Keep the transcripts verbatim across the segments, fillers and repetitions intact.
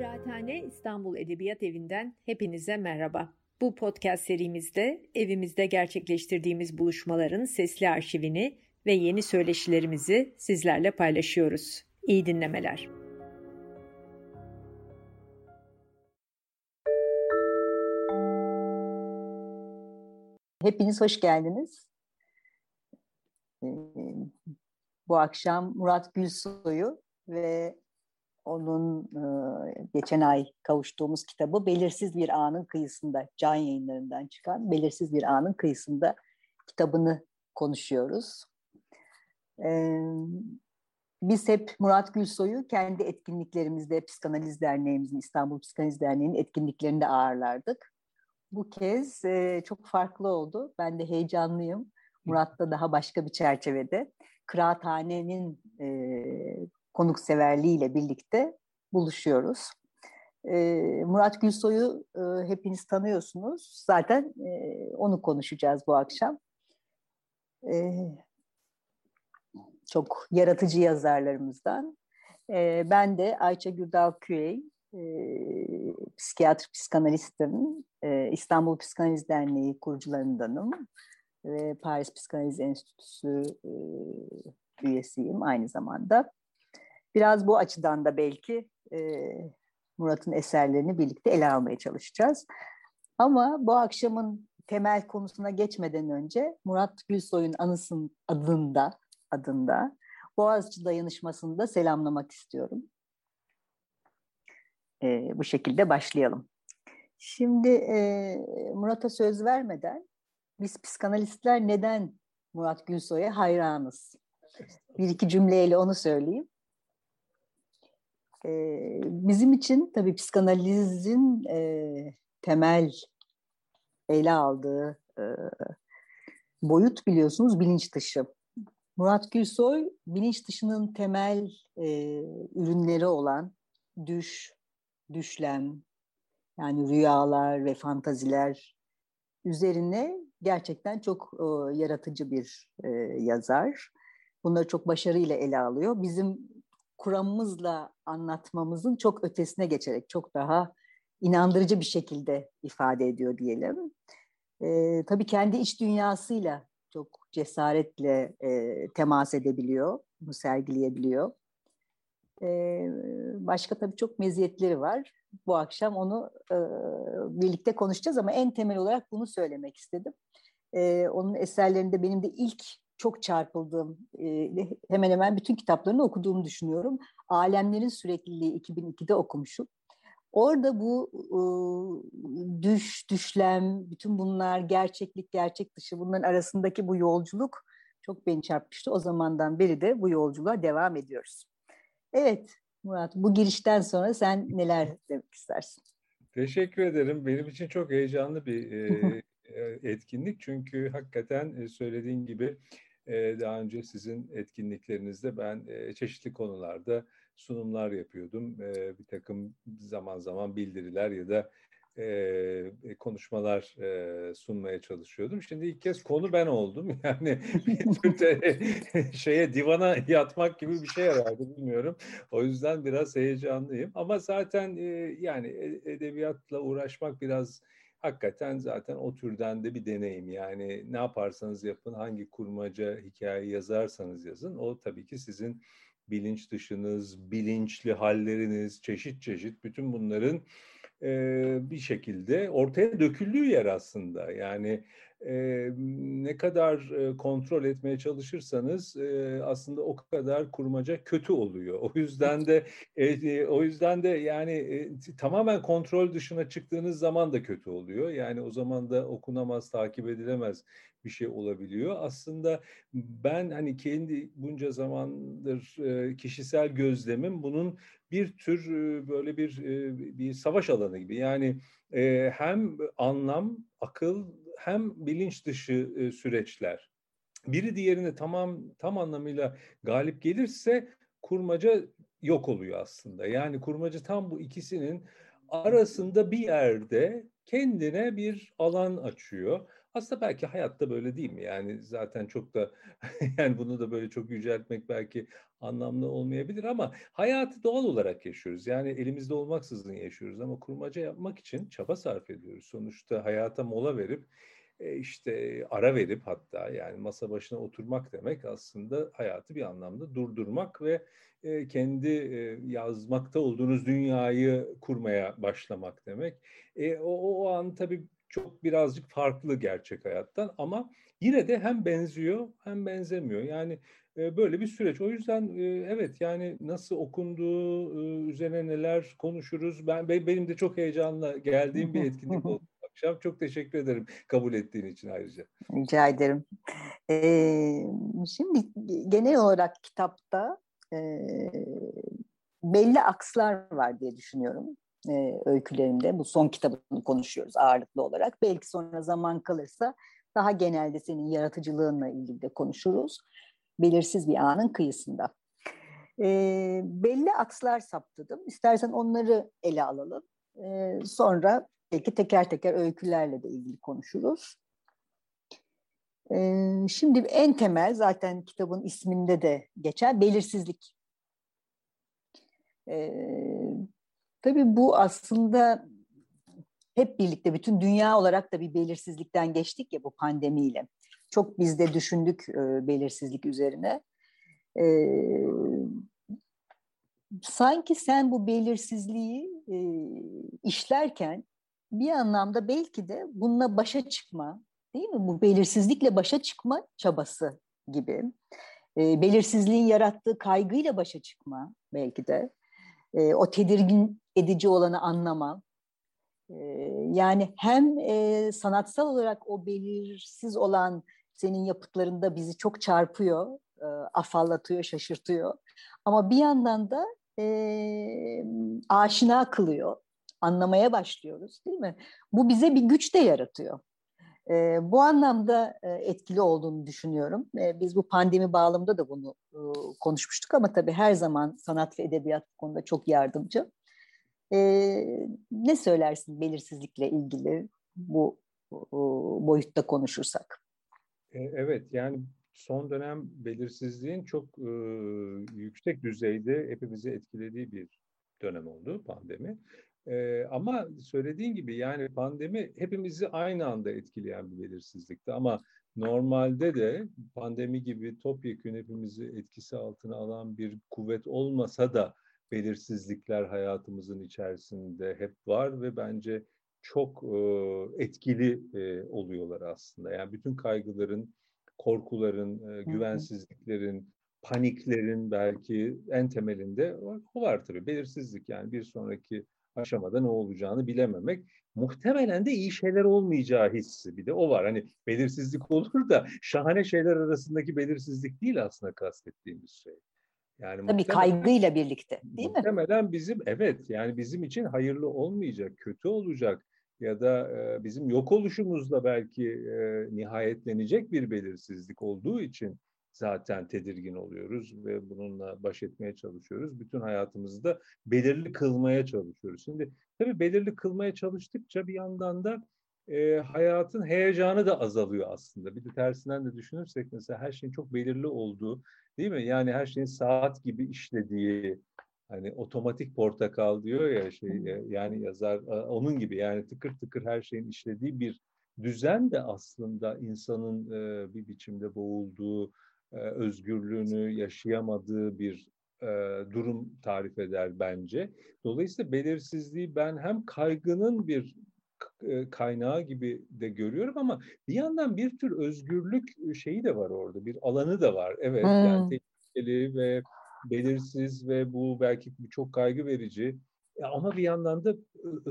Kıraathane İstanbul Edebiyat Evi'nden hepinize merhaba. Bu podcast serimizde evimizde gerçekleştirdiğimiz buluşmaların sesli arşivini ve yeni söyleşilerimizi sizlerle paylaşıyoruz. İyi dinlemeler. Hepiniz hoş geldiniz. Ee, bu akşam Murat Gülsoy'u ve onun e, geçen ay kavuştuğumuz kitabı Belirsiz Bir Anın Kıyısında, Can Yayınları'ndan çıkan Belirsiz Bir Anın Kıyısında kitabını konuşuyoruz. Ee, biz hep Murat Gülsoy'u kendi etkinliklerimizde, Psikanaliz Derneğimizin, İstanbul Psikanaliz Derneği'nin etkinliklerinde ağırlardık. Bu kez e, çok farklı oldu. Ben de heyecanlıyım. Murat da daha başka bir çerçevede. Kıraathanenin e, konukseverliğiyle birlikte buluşuyoruz. E, Murat Gülsoy'u e, hepiniz tanıyorsunuz. Zaten e, onu konuşacağız bu akşam. E, çok yaratıcı yazarlarımızdan. E, ben de Ayça Gürdal Kürey, e, psikiyatr, psikanalistim. E, İstanbul Psikanaliz Derneği kurucularındanım ve Paris Psikanaliz Enstitüsü e, üyesiyim aynı zamanda. Biraz bu açıdan da belki e, Murat'ın eserlerini birlikte ele almaya çalışacağız. Ama bu akşamın temel konusuna geçmeden önce Murat Gülsoy'un anısının adında, adında Boğaziçi Dayanışması'nda selamlamak istiyorum. E, bu şekilde başlayalım. Şimdi e, Murat'a söz vermeden biz psikanalistler neden Murat Gülsoy'a hayranız? Bir iki cümleyle onu söyleyeyim. E, bizim için tabii psikanalizin e, temel ele aldığı e, boyut biliyorsunuz bilinç dışı. Murat Gülsoy bilinç dışının temel e, ürünleri olan düş, düşlem, yani rüyalar ve fantaziler üzerine gerçekten çok e, yaratıcı bir e, yazar. Bunları çok başarıyla ele alıyor. Bizim kuramımızla anlatmamızın çok ötesine geçerek çok daha inandırıcı bir şekilde ifade ediyor diyelim. E, tabii kendi iç dünyasıyla çok cesaretle e, temas edebiliyor, bunu sergileyebiliyor. Ee, başka tabii çok meziyetleri var. Bu akşam onu e, birlikte konuşacağız ama en temel olarak bunu söylemek istedim. Ee, onun eserlerinde benim de ilk çok çarpıldığım, e, hemen hemen bütün kitaplarını okuduğumu düşünüyorum. Alemlerin Sürekliliği iki bin ikide okumuşum. Orada bu e, düş, düşlem, bütün bunlar gerçeklik, gerçek dışı bunların arasındaki bu yolculuk çok beni çarpmıştı. O zamandan beri de bu yolculuğa devam ediyoruz. Evet Murat, bu girişten sonra sen neler demek istersin? Teşekkür ederim. Benim için çok heyecanlı bir e, etkinlik. Çünkü hakikaten e, söylediğin gibi e, daha önce sizin etkinliklerinizde ben e, çeşitli konularda sunumlar yapıyordum. E, bir takım zaman zaman bildiriler ya da e, konuşmalar e, sunmaya çalışıyordum. Şimdi ilk kez konu ben oldum. Yani bir tür şeye divana yatmak gibi bir şey herhalde bilmiyorum. O yüzden biraz heyecanlıyım. Ama zaten e, yani edebiyatla uğraşmak biraz hakikaten zaten o türden de bir deneyim. Yani ne yaparsanız yapın, hangi kurmaca hikaye yazarsanız yazın, o tabii ki sizin bilinç dışınız, bilinçli halleriniz, çeşit çeşit bütün bunların e, bir şekilde ortaya döküldüğü yer aslında. Yani e, ne kadar e, kontrol etmeye çalışırsanız e, aslında o kadar kurmaca kötü oluyor. O yüzden de e, o yüzden de yani e, tamamen kontrol dışına çıktığınız zaman da kötü oluyor. Yani o zaman da okunamaz, takip edilemez bir şey olabiliyor. Aslında ben hani kendi bunca zamandır e, kişisel gözlemim bunun bir tür e, böyle bir e, bir savaş alanı gibi. Yani e, hem anlam, akıl hem bilinç dışı e, süreçler. Biri diğerine tamam tam anlamıyla galip gelirse kurmaca yok oluyor aslında. Yani kurmaca tam bu ikisinin arasında bir yerde kendine bir alan açıyor. Aslında belki hayatta böyle değil mi? Yani zaten çok da yani bunu da böyle çok yüceltmek belki anlamlı olmayabilir ama hayatı doğal olarak yaşıyoruz. Yani elimizde olmaksızın yaşıyoruz ama kurmaca yapmak için çaba sarf ediyoruz. Sonuçta hayata mola verip e, işte ara verip hatta yani masa başına oturmak demek aslında hayatı bir anlamda durdurmak ve e, kendi e, yazmakta olduğunuz dünyayı kurmaya başlamak demek. E, o, o an tabii çok birazcık farklı gerçek hayattan ama yine de hem benziyor hem benzemiyor. Yani e, böyle bir süreç. O yüzden e, evet yani nasıl okunduğu e, üzerine neler konuşuruz. Ben be- benim de çok heyecanla geldiğim bir etkinlik oldu bu akşam. Çok teşekkür ederim kabul ettiğin için ayrıca. Rica ederim. Ee, Şimdi genel olarak kitapta e, belli akslar var diye düşünüyorum e, öykülerimde. Bu son kitabını konuşuyoruz ağırlıklı olarak. Belki sonra zaman kalırsa daha genelde senin yaratıcılığınla ilgili de konuşuruz. Belirsiz bir anın kıyısında. E, belli akslar saptadım. İstersen onları ele alalım. E, sonra belki teker teker öykülerle de ilgili konuşuruz. E, şimdi en temel zaten kitabın isminde de geçen belirsizlik. E, tabii bu aslında hep birlikte bütün dünya olarak da bir belirsizlikten geçtik ya bu pandemiyle. Çok biz de düşündük e, belirsizlik üzerine. E, Sanki sen bu belirsizliği e, işlerken bir anlamda belki de bununla başa çıkma, değil mi? Bu belirsizlikle başa çıkma çabası gibi. E, belirsizliğin yarattığı kaygıyla başa çıkma belki de. E, o tedirgin edici olanı anlama. E, Yani hem e, sanatsal olarak o belirsiz olan senin yapıtlarında bizi çok çarpıyor, e, afallatıyor, şaşırtıyor. Ama bir yandan da e, aşina kılıyor. Anlamaya başlıyoruz, değil mi? Bu bize bir güç de yaratıyor. E, bu anlamda e, etkili olduğunu düşünüyorum. E, biz bu pandemi bağlamında da bunu e, konuşmuştuk ama tabii her zaman sanat ve edebiyat bu konuda çok yardımcı. E, Ne söylersin belirsizlikle ilgili bu, bu boyutta konuşursak? E, Evet yani son dönem belirsizliğin çok e, yüksek düzeyde hepimizi etkilediği bir dönem oldu pandemi. E, ama söylediğin gibi yani pandemi hepimizi aynı anda etkileyen bir belirsizlikti. Ama normalde de pandemi gibi topyekün hepimizi etkisi altına alan bir kuvvet olmasa da belirsizlikler hayatımızın içerisinde hep var ve bence çok e, etkili e, oluyorlar aslında. Yani bütün kaygıların, korkuların, e, Hı hı. güvensizliklerin, paniklerin belki en temelinde o var tabii. Belirsizlik yani bir sonraki aşamada ne olacağını bilememek. Muhtemelen de iyi şeyler olmayacağı hissi bir de o var. Hani belirsizlik olur da şahane şeyler arasındaki belirsizlik değil aslında kastettiğimiz şey. Yani Tabii muhtemelen kaygıyla birlikte, değil mi? Muhtemelen bizim evet yani bizim için hayırlı olmayacak, kötü olacak ya da e, bizim yok oluşumuzla belki e, nihayetlenecek bir belirsizlik olduğu için zaten tedirgin oluyoruz ve bununla baş etmeye çalışıyoruz. Bütün hayatımızı da belirli kılmaya çalışıyoruz. Şimdi tabii belirli kılmaya çalıştıkça bir yandan da e, hayatın heyecanı da azalıyor aslında. Bir de tersinden de düşünürsek mesela her şeyin çok belirli olduğu, değil mi? Yani her şeyin saat gibi işlediği, hani otomatik portakal diyor ya şey yani yazar onun gibi yani tıkır tıkır her şeyin işlediği bir düzen de aslında insanın e, bir biçimde boğulduğu, e, özgürlüğünü yaşayamadığı bir e, durum tarif eder bence. Dolayısıyla belirsizliği ben hem kaygının bir e, kaynağı gibi de görüyorum ama bir yandan bir tür özgürlük şeyi de var orada, bir alanı da var. Evet yani Hmm. tehlikeli ve belirsiz ve bu belki çok kaygı verici. Ya ama bir yandan da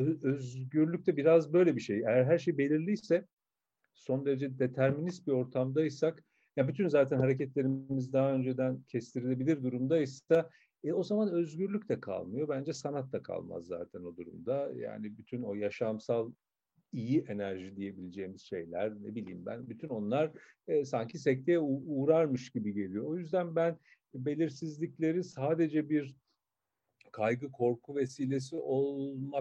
özgürlük de biraz böyle bir şey. Eğer her şey belirliyse, son derece determinist bir ortamdaysak, ya bütün zaten hareketlerimiz daha önceden kestirilebilir durumdaysa, e, o zaman özgürlük de kalmıyor. Bence sanat da kalmaz zaten o durumda. Yani bütün o yaşamsal iyi enerji diyebileceğimiz şeyler, ne bileyim ben, bütün onlar e, sanki sekteye uğrarmış gibi geliyor. O yüzden ben belirsizlikleri sadece bir kaygı, korku vesilesi olmak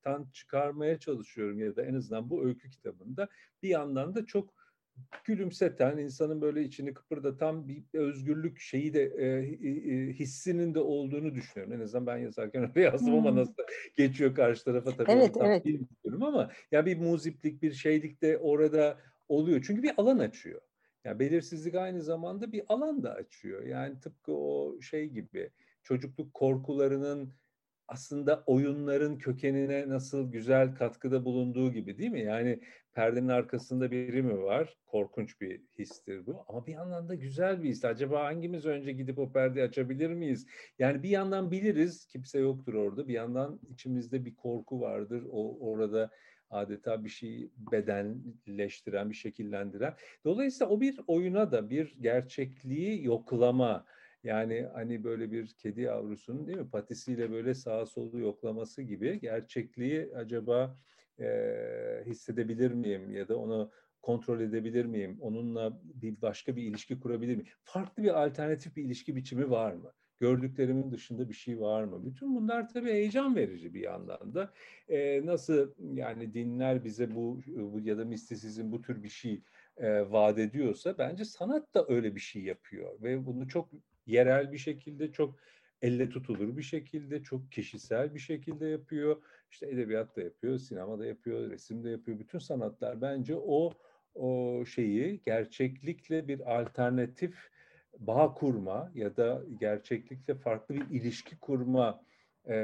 sanattan çıkarmaya çalışıyorum ya da en azından bu öykü kitabında bir yandan da çok gülümseten, insanın böyle içini kıpırdatan bir özgürlük şeyi de e, e, hissinin de olduğunu düşünüyorum. En azından ben yazarken öyle yazdım ama Hmm. nasıl geçiyor karşı tarafa tabii Evet, onu tam evet. bilmiyorum ama ya bir muziplik, bir şeylik de orada oluyor. Çünkü bir alan açıyor. Yani belirsizlik aynı zamanda bir alan da açıyor. Yani tıpkı o şey gibi çocukluk korkularının aslında oyunların kökenine nasıl güzel katkıda bulunduğu gibi değil mi? Yani perdenin arkasında biri mi var? Korkunç bir histir bu. Ama bir yandan da güzel bir his. Acaba hangimiz önce gidip o perdeyi açabilir miyiz? Yani bir yandan biliriz, kimse yoktur orada. Bir yandan içimizde bir korku vardır. O orada adeta bir şeyi bedenleştiren, bir şekillendiren. Dolayısıyla o bir oyuna da bir gerçekliği yoklama. Yani hani böyle bir kedi yavrusunun değil mi patisiyle böyle sağa solu yoklaması gibi gerçekliği acaba e, hissedebilir miyim ya da onu kontrol edebilir miyim? Onunla bir başka bir ilişki kurabilir miyim? Farklı bir alternatif bir ilişki biçimi var mı? Gördüklerimin dışında bir şey var mı? Bütün bunlar tabii heyecan verici bir yandan da. E, nasıl yani dinler bize bu, bu ya da mistisizm bu tür bir şey e, vaat ediyorsa bence sanat da öyle bir şey yapıyor ve bunu çok yerel bir şekilde, çok elle tutulur bir şekilde, çok kişisel bir şekilde yapıyor. İşte edebiyat da yapıyor, sinema da yapıyor, resim de yapıyor. Bütün sanatlar bence o o şeyi gerçeklikle bir alternatif bağ kurma ya da gerçeklikle farklı bir ilişki kurma e,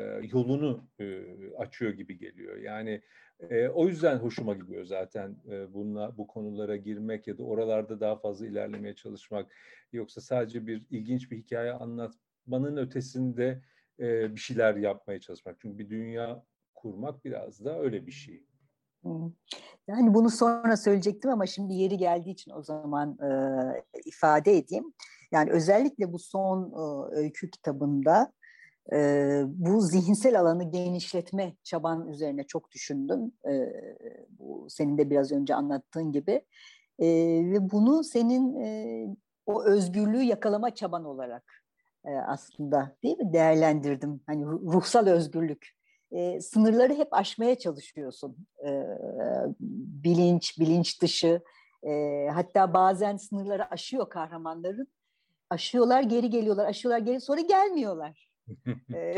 yolunu e, açıyor gibi geliyor. Yani e, o yüzden hoşuma gidiyor zaten e, bununla bu konulara girmek ya da oralarda daha fazla ilerlemeye çalışmak. Yoksa sadece bir ilginç bir hikaye anlatmanın ötesinde e, bir şeyler yapmaya çalışmak. Çünkü bir dünya kurmak biraz da öyle bir şey. Hmm. Yani bunu sonra söyleyecektim ama şimdi yeri geldiği için o zaman e, ifade edeyim. Yani özellikle bu son e, öykü kitabında e, bu zihinsel alanı genişletme çaban üzerine çok düşündüm. E, bu senin de biraz önce anlattığın gibi. E, ve bunu senin e, o özgürlüğü yakalama çaban olarak e, aslında değil mi değerlendirdim. Hani ruhsal özgürlük. E, sınırları hep aşmaya çalışıyorsun. E, bilinç, bilinç dışı. E, hatta bazen sınırları aşıyor kahramanların. Aşıyorlar, geri geliyorlar, aşıyorlar, geri sonra gelmiyorlar. E,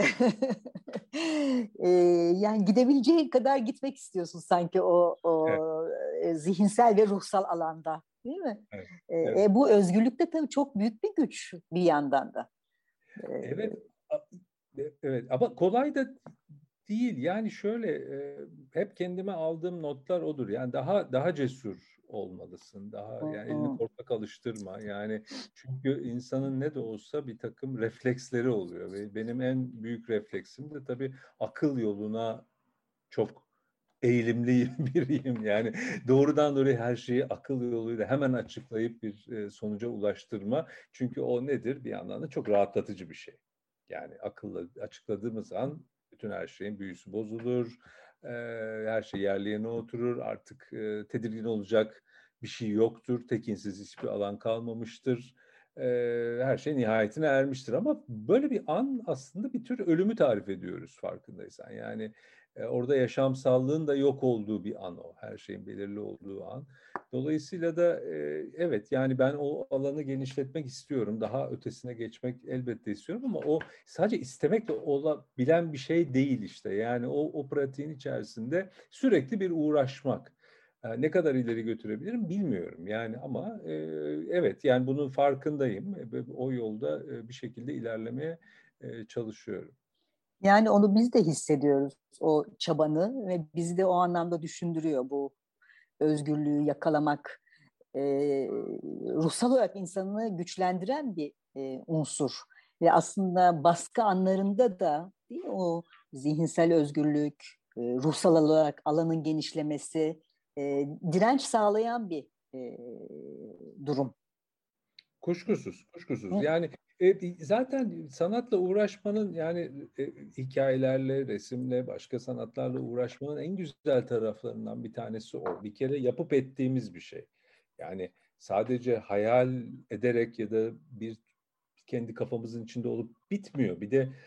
e, yani gidebileceği kadar gitmek istiyorsun sanki o, o Evet, e, zihinsel ve ruhsal alanda, değil mi? evet, E, evet. e, bu özgürlük de tabii çok büyük bir güç bir yandan da. E, Evet, evet ama kolay da değil. Yani şöyle e, hep kendime aldığım notlar odur. Yani daha daha cesur olmalısın. Daha yani elini korkak alıştırma. Yani çünkü insanın ne de olsa bir takım refleksleri oluyor ve benim en büyük refleksim de tabii akıl yoluna çok eğilimli biriyim. Yani doğrudan doğruya her şeyi akıl yoluyla hemen açıklayıp bir e, sonuca ulaştırma. Çünkü o nedir? Bir yandan da çok rahatlatıcı bir şey. Yani akılla açıkladığımız an bütün her şeyin büyüsü bozulur. E, her şey yerli yerine oturur. Artık e, tedirgin olacak bir şey yoktur. Tekinsiz hiçbir alan kalmamıştır. E, her şey nihayetine ermiştir. Ama böyle bir an aslında bir tür ölümü tarif ediyoruz farkındaysan. Yani e, orada yaşamsallığın da yok olduğu bir an o. Her şeyin belirli olduğu an. Dolayısıyla da e, evet yani ben o alanı genişletmek istiyorum. Daha ötesine geçmek elbette istiyorum ama o sadece istemekle olabilen bir şey değil işte. Yani o, o pratiğin içerisinde sürekli bir uğraşmak. E, ne kadar ileri götürebilirim bilmiyorum. Yani ama e, evet yani bunun farkındayım. E, o yolda e, bir şekilde ilerlemeye e, çalışıyorum. Yani onu biz de hissediyoruz o çabanı ve bizi de o anlamda düşündürüyor bu özgürlüğü yakalamak. E, ruhsal olarak insanı güçlendiren bir e, unsur. Ve aslında baskı anlarında da değil mi, o zihinsel özgürlük, e, ruhsal olarak alanın genişlemesi, e, direnç sağlayan bir e, durum. Kuşkusuz, kuşkusuz. Yani e, zaten sanatla uğraşmanın yani e, hikayelerle, resimle, başka sanatlarla uğraşmanın en güzel taraflarından bir tanesi o. Bir kere yapıp ettiğimiz bir şey. Yani sadece hayal ederek ya da bir kendi kafamızın içinde olup bitmiyor. Bir de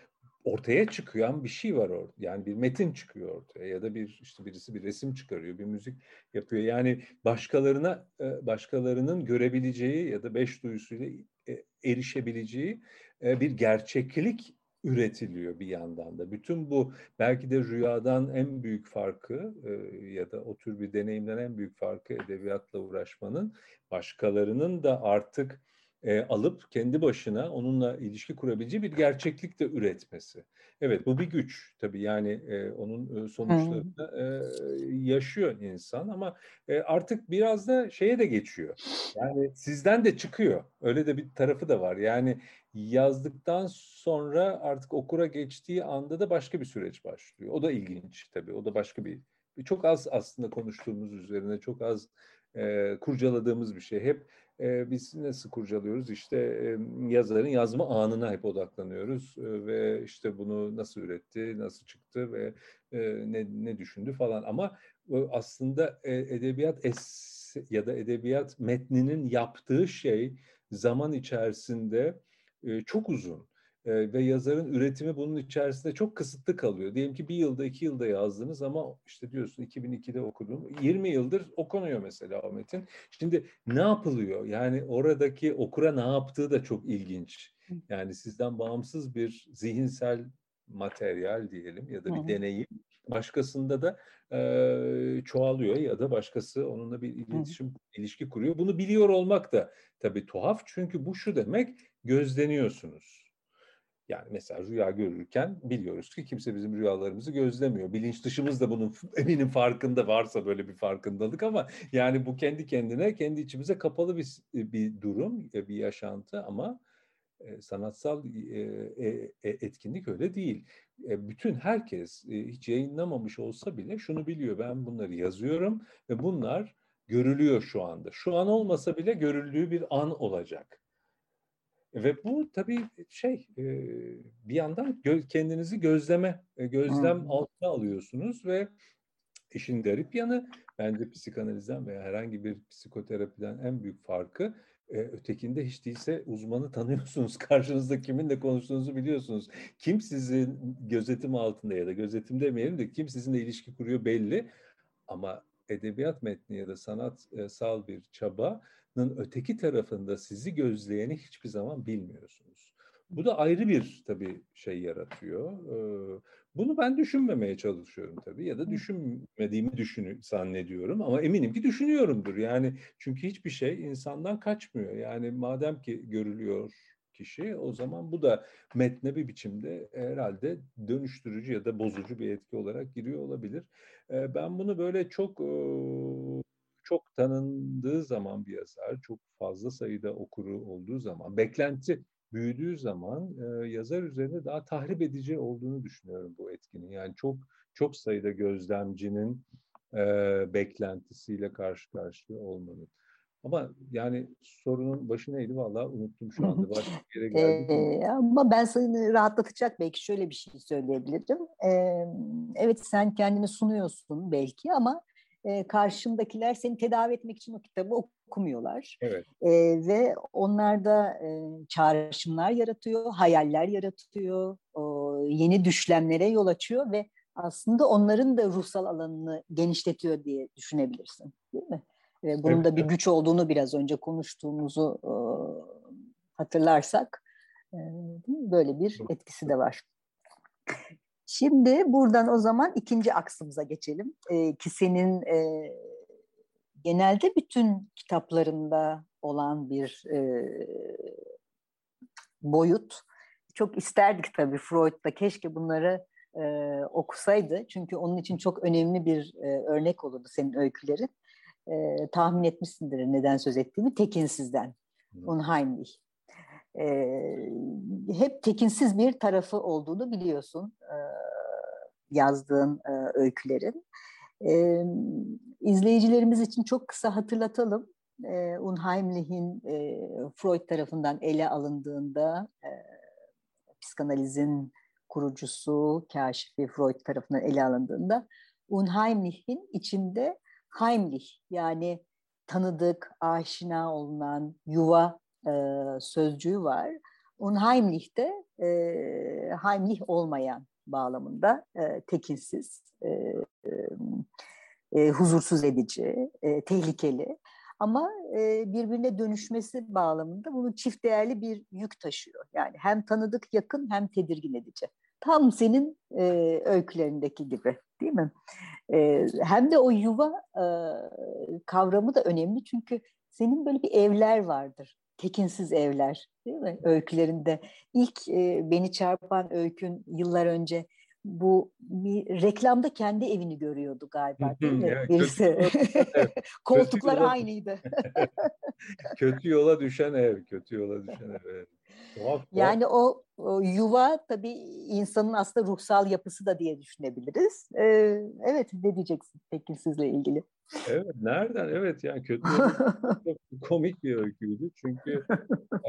ortaya çıkan bir şey var orada. Yani bir metin çıkıyor ortaya ya da bir işte birisi bir resim çıkarıyor, bir müzik yapıyor. Yani başkalarına başkalarının görebileceği ya da beş duyusuyla erişebileceği bir gerçeklik üretiliyor bir yandan da. Bütün bu belki de rüyadan en büyük farkı ya da o tür bir deneyimden en büyük farkı edebiyatla uğraşmanın başkalarının da artık e, alıp kendi başına onunla ilişki kurabileceği bir gerçeklik de üretmesi. Evet, bu bir güç tabii, yani e, onun sonuçlarını e, yaşıyor insan ama e, artık biraz da şeye de geçiyor. Yani sizden de çıkıyor. Öyle de bir tarafı da var. Yani yazdıktan sonra artık okura geçtiği anda da başka bir süreç başlıyor. O da ilginç tabii. O da başka bir, çok az aslında konuştuğumuz üzerine çok az e, kurcaladığımız bir şey. Hep e, biz nasıl kurcalıyoruz? İşte e, yazarın yazma anına hep odaklanıyoruz e, ve işte bunu nasıl üretti, nasıl çıktı ve e, ne, ne düşündü falan. Ama e, aslında e, edebiyat es ya da edebiyat metninin yaptığı şey zaman içerisinde e, çok uzun. E, ve yazarın üretimi bunun içerisinde çok kısıtlı kalıyor. Diyelim ki bir yılda, iki yılda yazdınız ama işte diyorsun iki bin ikide okudum. yirmi yıldır okunuyor mesela o metin. Şimdi ne yapılıyor? Yani oradaki okura ne yaptığı da çok ilginç. Yani sizden bağımsız bir zihinsel materyal diyelim ya da bir deneyim başkasında da e, çoğalıyor ya da başkası onunla bir iletişim, ilişki kuruyor. Bunu biliyor olmak da tabii tuhaf, çünkü bu şu demek: gözleniyorsunuz. Yani mesela rüya görürken biliyoruz ki kimse bizim rüyalarımızı gözlemiyor. Bilinç dışımız da bunun eminim farkında, varsa böyle bir farkındalık, ama yani bu kendi kendine, kendi içimize kapalı bir bir durum, bir yaşantı, ama e, sanatsal e, e, etkinlik öyle değil. E, bütün herkes e, hiç yayınlamamış olsa bile şunu biliyor: ben bunları yazıyorum ve bunlar görülüyor şu anda. Şu an olmasa bile görüldüğü bir an olacak. Ve bu tabii şey, e, bir yandan gö- kendinizi gözleme, e, gözlem altına alıyorsunuz ve işin garip yanı, bence psikanalizden veya herhangi bir psikoterapiden en büyük farkı, e, ötekinde hiç değilse uzmanı tanıyorsunuz. Karşınızda kiminle konuştuğunuzu biliyorsunuz. Kim sizin gözetim altında ya da gözetim demeyelim de kim sizinle ilişki kuruyor belli. Ama edebiyat metni ya da sanatsal bir çabanın öteki tarafında sizi gözleyeni hiçbir zaman bilmiyorsunuz. Bu da ayrı bir tabii şey yaratıyor. Ee, Bunu ben düşünmemeye çalışıyorum tabii, ya da düşünmediğimi düşün zannediyorum, ama eminim ki düşünüyorumdur. Yani çünkü hiçbir şey insandan kaçmıyor. Yani madem ki görülüyor kişi, o zaman bu da metne bir biçimde herhalde dönüştürücü ya da bozucu bir etki olarak giriyor olabilir. Ben bunu böyle çok çok tanındığı zaman bir yazar, çok fazla sayıda okuru olduğu zaman, beklenti büyüdüğü zaman yazar üzerinde daha tahrip edici olduğunu düşünüyorum bu etkinin. Yani çok çok sayıda gözlemcinin beklentisiyle karşı karşıya olmanın. Ama yani sorunun başı neydi? Vallahi unuttum şu anda. Başka bir yere geldik. Ee, ama ben seni rahatlatacak belki şöyle bir şey söyleyebilirim. Ee, evet, sen kendini sunuyorsun belki ama e, karşındakiler seni tedavi etmek için o kitabı okumuyorlar. Evet. Ee, ve onlar da e, çağrışımlar yaratıyor, hayaller yaratıyor, o, yeni düşlemlere yol açıyor ve aslında onların da ruhsal alanını genişletiyor diye düşünebilirsin, değil mi? Ve bunun Evet. da bir güç olduğunu biraz önce konuştuğumuzu e, hatırlarsak e, böyle bir etkisi de var. Şimdi buradan o zaman ikinci aksımıza geçelim. E, ki senin e, genelde bütün kitaplarında olan bir e, boyut. Çok isterdik tabii Freud da keşke bunları e, okusaydı. Çünkü onun için çok önemli bir e, örnek olurdu senin öykülerin. E, tahmin etmişsindir neden söz ettiğimi. Tekinsiz'den. Unheimlich. E, hep tekinsiz bir tarafı olduğunu biliyorsun e, yazdığın e, öykülerin. E, izleyicilerimiz için çok kısa hatırlatalım. E, Unheimlich'in e, Freud tarafından ele alındığında e, psikanalizin kurucusu, kaşifi Freud tarafından ele alındığında Unheimlich'in içinde Heimlich, yani tanıdık, aşina olunan yuva e, sözcüğü var. unheimlich de e, heimlich olmayan bağlamında e, tekinsiz, e, e, huzursuz edici, e, tehlikeli. Ama e, birbirine dönüşmesi bağlamında bunun çift değerli bir yük taşıyor. Yani hem tanıdık, yakın hem tedirgin edici. Tam senin e, öykülerindeki gibi, değil mi? E, hem de o yuva e, kavramı da önemli çünkü senin böyle bir evler vardır. Tekinsiz evler, değil mi? Öykülerinde. İlk e, beni çarpan öykün yıllar önce bu bir reklamda kendi evini görüyordu galiba, değil mi? Evet, kötü Birisi. yola düşen ev. Kötü Koltuklar yola, aynıydı. kötü yola düşen ev. Kötü yola düşen ev. Evet. Tuhaf, tuhaf. Yani o, o yuva tabii insanın aslında ruhsal yapısı da diye düşünebiliriz. Ee, evet, ne diyeceksin tekinsizle ilgili? Evet, nereden? Evet, yani kötü yola çok komik bir öyküydü. Çünkü e,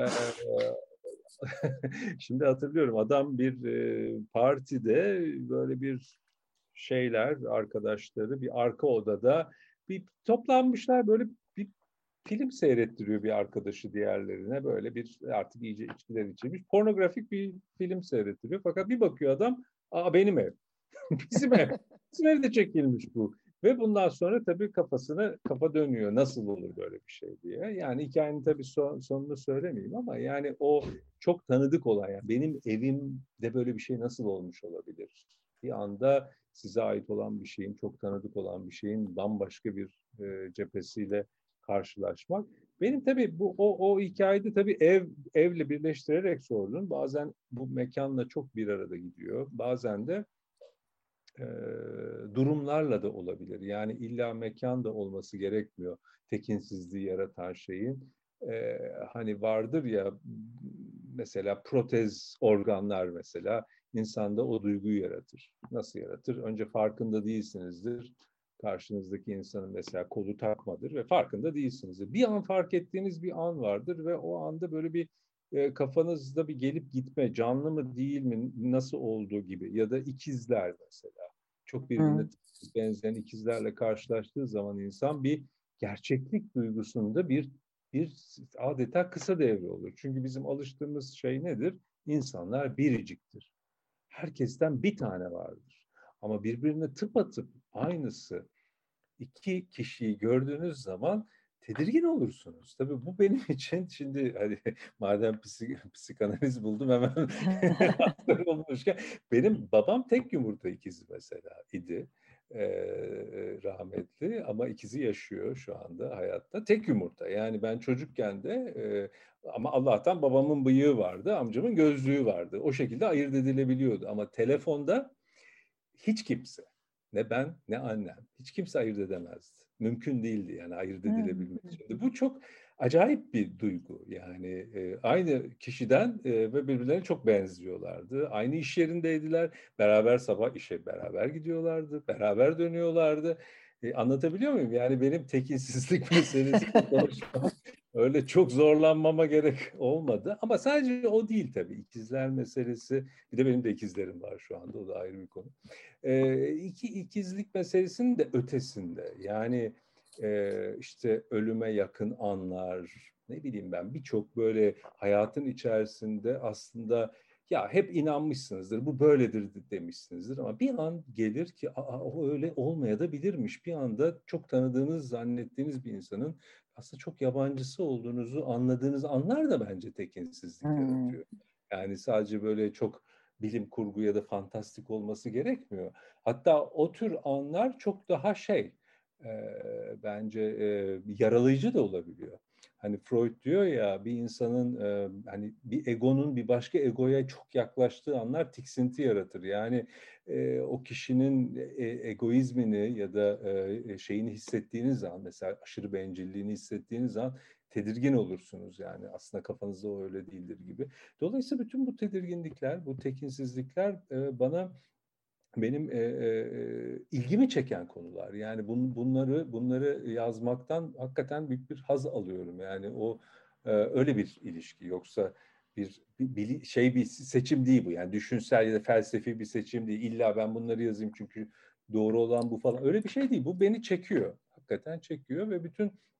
şimdi hatırlıyorum, adam bir e, partide böyle bir şeyler, arkadaşları bir arka odada bir toplanmışlar, böyle bir film seyrettiriyor bir arkadaşı diğerlerine, böyle bir artık iyice içkiler içilmiş pornografik bir film seyrettiriyor. Fakat bir bakıyor adam, aa benim ev, bizim ev, bizim evde çekilmiş bu. Ve bundan sonra tabii kafasına kafa dönüyor. Nasıl olur böyle bir şey diye. Yani hikayenin tabii son, sonunu söylemeyeyim ama yani o çok tanıdık olan, yani benim evimde böyle bir şey nasıl olmuş olabilir? Bir anda size ait olan bir şeyin, çok tanıdık olan bir şeyin bambaşka bir e, cephesiyle karşılaşmak. Benim tabii bu o, o hikayede tabii ev evle birleştirerek sordun. Bazen bu mekanla çok bir arada gidiyor. Bazen de e, durumlarla da olabilir. Yani illa mekan da olması gerekmiyor tekinsizliği yaratan şeyin. E, hani vardır ya, mesela protez organlar mesela insanda o duyguyu yaratır. Nasıl yaratır? Önce farkında değilsinizdir. Karşınızdaki insanın mesela kolu takmadır ve farkında değilsinizdir. Bir an fark ettiğiniz bir an vardır ve o anda böyle bir e, kafanızda bir gelip gitme, canlı mı değil mi, nasıl olduğu gibi, ya da ikizler mesela. Çok birbirine Hı. benzeyen ikizlerle karşılaştığı zaman insan bir gerçeklik duygusunda bir bir adeta kısa devre olur. Çünkü bizim alıştığımız şey nedir? İnsanlar biriciktir. Herkesten bir tane vardır. Ama birbirine tıpatıp aynısı iki kişiyi gördüğünüz zaman tedirgin olursunuz. Tabii bu benim için şimdi hani madem psik, psikanaliz buldum hemen olmuşken, benim babam tek yumurta ikizi mesela idi. Ee, rahmetli ama ikizi yaşıyor şu anda hayatta. Tek yumurta. Yani ben çocukken de e, ama Allah'tan babamın bıyığı vardı, amcamın gözlüğü vardı. O şekilde ayırt edilebiliyordu. Ama telefonda hiç kimse, ne ben ne annem, hiç kimse ayırt edemezdi. Mümkün değildi yani ayırt edilebilmesi. Şimdi bu çok acayip bir duygu. Yani e, aynı kişiden e, ve birbirlerine çok benziyorlardı. Aynı iş yerindeydiler. Beraber sabah işe beraber gidiyorlardı. Beraber dönüyorlardı. E, anlatabiliyor muyum? Yani benim tekinsizlik meselesini konuşmak öyle çok zorlanmama gerek olmadı. Ama sadece o değil tabii. İkizler meselesi. Bir de benim de ikizlerim var şu anda. O da ayrı bir konu. E, iki ikizlik meselesinin de ötesinde. Yani e, işte ölüme yakın anlar, ne bileyim ben, birçok böyle hayatın içerisinde aslında ya hep inanmışsınızdır, bu böyledir demişsinizdir ama bir an gelir ki aa, o öyle olmaya da bilirmiş. Bir anda çok tanıdığınız, zannettiğiniz bir insanın aslında çok yabancısı olduğunuzu anladığınız anlar da bence tekinsizlik Hmm. yaratıyor. Yani sadece böyle çok bilim kurgu ya da fantastik olması gerekmiyor. Hatta o tür anlar çok daha şey, e, bence e, yaralayıcı da olabiliyor. Hani Freud diyor ya, bir insanın e, hani bir egonun bir başka egoya çok yaklaştığı anlar tiksinti yaratır. Yani e, o kişinin e, egoizmini ya da e, şeyini hissettiğiniz an, mesela aşırı bencilliğini hissettiğiniz an tedirgin olursunuz, yani aslında kafanızda o öyle değildir gibi. Dolayısıyla bütün bu tedirginlikler, bu tekinsizlikler e, bana benim e, e, ilgimi çeken konular. Yani bun, bunları bunları yazmaktan hakikaten büyük bir haz alıyorum. Yani o e, öyle bir ilişki. Yoksa bir, bir, bir şey bir seçim değil bu. Yani düşünsel ya da felsefi bir seçim değil. İlla ben bunları yazayım çünkü doğru olan bu falan. Öyle bir şey değil. Bu beni çekiyor. Hakikaten çekiyor ve bütün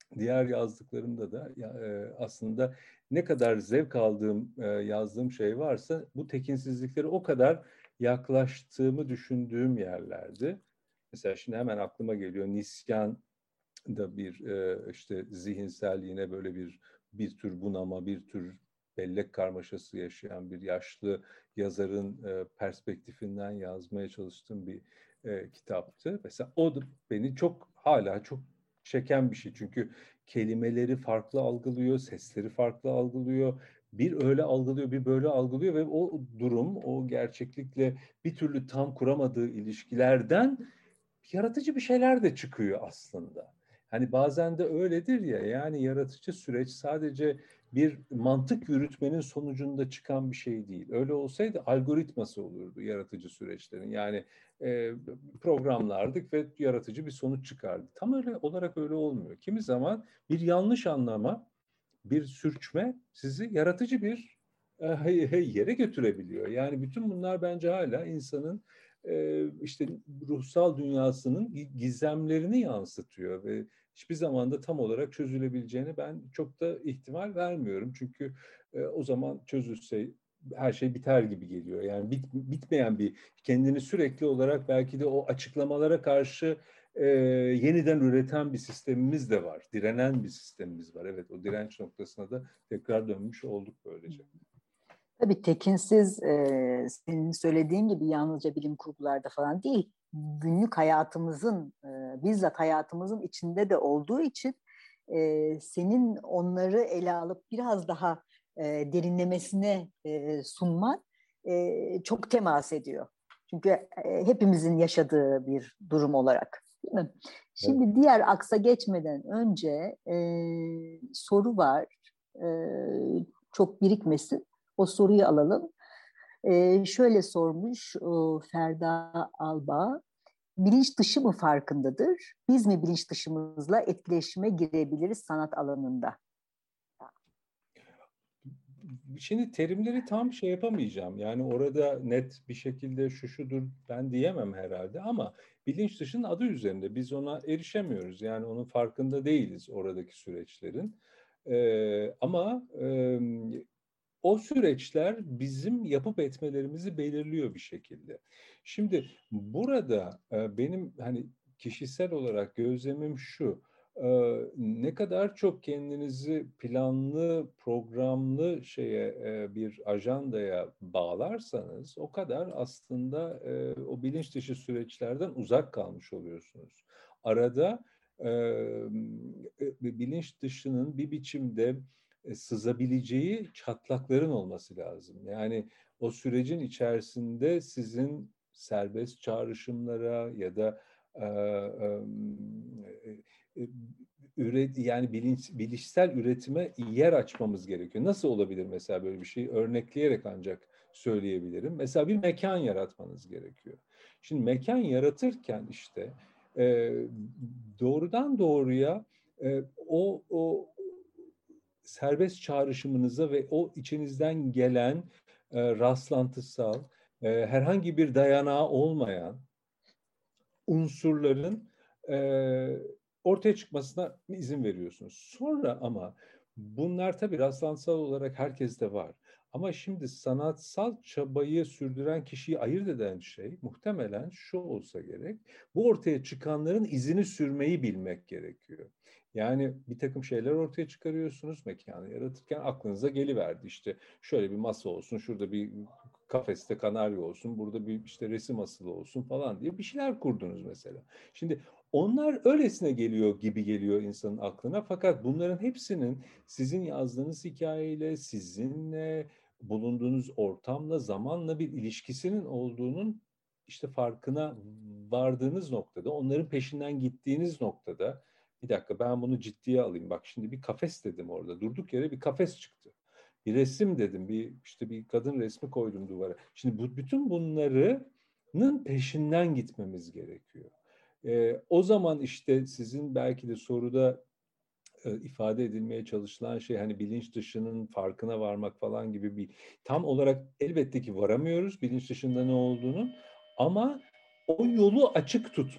diğer yazdıklarımda da e, aslında ne kadar zevk aldığım e, yazdığım şey varsa bu tekinsizlikleri o kadar yaklaştığımı düşündüğüm yerlerdi. Mesela şimdi hemen aklıma geliyor Nisyan da bir e, işte zihinsel yine böyle bir bir tür bunama, bir tür bellek karmaşası yaşayan bir yaşlı yazarın e, perspektifinden yazmaya çalıştığım bir e, kitaptı. Mesela o da beni çok hala çok çeken bir şey. Çünkü kelimeleri farklı algılıyor, sesleri farklı algılıyor. Bir öyle algılıyor, bir böyle algılıyor ve o durum, o gerçeklikle bir türlü tam kuramadığı ilişkilerden yaratıcı bir şeyler de çıkıyor aslında. Hani bazen de öyledir ya, yani yaratıcı süreç sadece bir mantık yürütmenin sonucunda çıkan bir şey değil. Öyle olsaydı algoritması olurdu yaratıcı süreçlerin. Yani e, programlardık ve yaratıcı bir sonuç çıkardı. Tam öyle olarak öyle olmuyor. Kimi zaman bir yanlış anlama, bir sürçme sizi yaratıcı bir e, yere götürebiliyor. Yani bütün bunlar bence hala insanın e, işte ruhsal dünyasının gizemlerini yansıtıyor ve hiçbir zaman da tam olarak çözülebileceğini ben çok da ihtimal vermiyorum. Çünkü e, o zaman çözülse her şey biter gibi geliyor. Yani bit, bitmeyen bir, kendini sürekli olarak belki de o açıklamalara karşı e, yeniden üreten bir sistemimiz de var. Direnen bir sistemimiz var. Evet, o direnç noktasına da tekrar dönmüş olduk böylece. Tabii tekinsiz, e, senin söylediğin gibi yalnızca bilim kurgularda falan değil, günlük hayatımızın, e, bizzat hayatımızın içinde de olduğu için e, senin onları ele alıp biraz daha e, derinlemesine e, sunman e, çok temas ediyor. Çünkü e, hepimizin yaşadığı bir durum olarak, değil mi? Evet. Şimdi diğer aksa geçmeden önce e, soru var, e, çok birikmesin. O soruyu alalım. Ee, şöyle sormuş o, Ferda Alba. Bilinç dışı mı farkındadır? Biz mi bilinç dışımızla etkileşime girebiliriz sanat alanında? Şimdi terimleri tam şey yapamayacağım. Yani orada net bir şekilde şu şudur ben diyemem herhalde ama bilinç dışının adı üzerinde biz ona erişemiyoruz. Yani onun farkında değiliz oradaki süreçlerin. Ee, ama e, o süreçler bizim yapıp etmelerimizi belirliyor bir şekilde. Şimdi burada e, benim hani kişisel olarak gözlemim şu. e, Ne kadar çok kendinizi planlı, programlı şeye e, bir ajandaya bağlarsanız o kadar aslında e, o bilinç dışı süreçlerden uzak kalmış oluyorsunuz. Arada e, bilinç dışının bir biçimde e, sızabileceği çatlakların olması lazım. Yani o sürecin içerisinde sizin serbest çağrışımlara ya da e, e, üret yani bilinç, bilişsel üretime yer açmamız gerekiyor. Nasıl olabilir mesela böyle bir şey? Örnekleyerek ancak söyleyebilirim. Mesela bir mekan yaratmanız gerekiyor. Şimdi mekan yaratırken işte e, doğrudan doğruya e, o o serbest çağrışımınıza ve o içinizden gelen e, rastlantısal, e, herhangi bir dayanağı olmayan unsurların e, ortaya çıkmasına izin veriyorsunuz. Sonra ama bunlar tabii rastlantısal olarak herkeste var. Ama şimdi sanatsal çabayı sürdüren kişiyi ayırt eden şey muhtemelen şu olsa gerek. Bu ortaya çıkanların izini sürmeyi bilmek gerekiyor. Yani bir takım şeyler ortaya çıkarıyorsunuz mekanı yaratırken aklınıza geliverdi. İşte şöyle bir masa olsun, şurada bir kafeste kanarya olsun, burada bir işte resim asılı olsun falan diye bir şeyler kurdunuz mesela. Şimdi onlar öylesine geliyor gibi geliyor insanın aklına. Fakat bunların hepsinin sizin yazdığınız hikayeyle, sizinle, bulunduğunuz ortamla, zamanla bir ilişkisinin olduğunun işte farkına vardığınız noktada, onların peşinden gittiğiniz noktada, bir dakika ben bunu ciddiye alayım. Bak şimdi bir kafes dedim orada. Durduk yere bir kafes çıktı. Bir resim dedim, bir işte bir kadın resmi koydum duvara. Şimdi bu bütün bunların peşinden gitmemiz gerekiyor. Ee, o zaman işte sizin belki de soruda e, ifade edilmeye çalışılan şey hani bilinç dışının farkına varmak falan gibi bir tam olarak elbette ki varamıyoruz bilinç dışında ne olduğunu ama o yolu açık tutmak,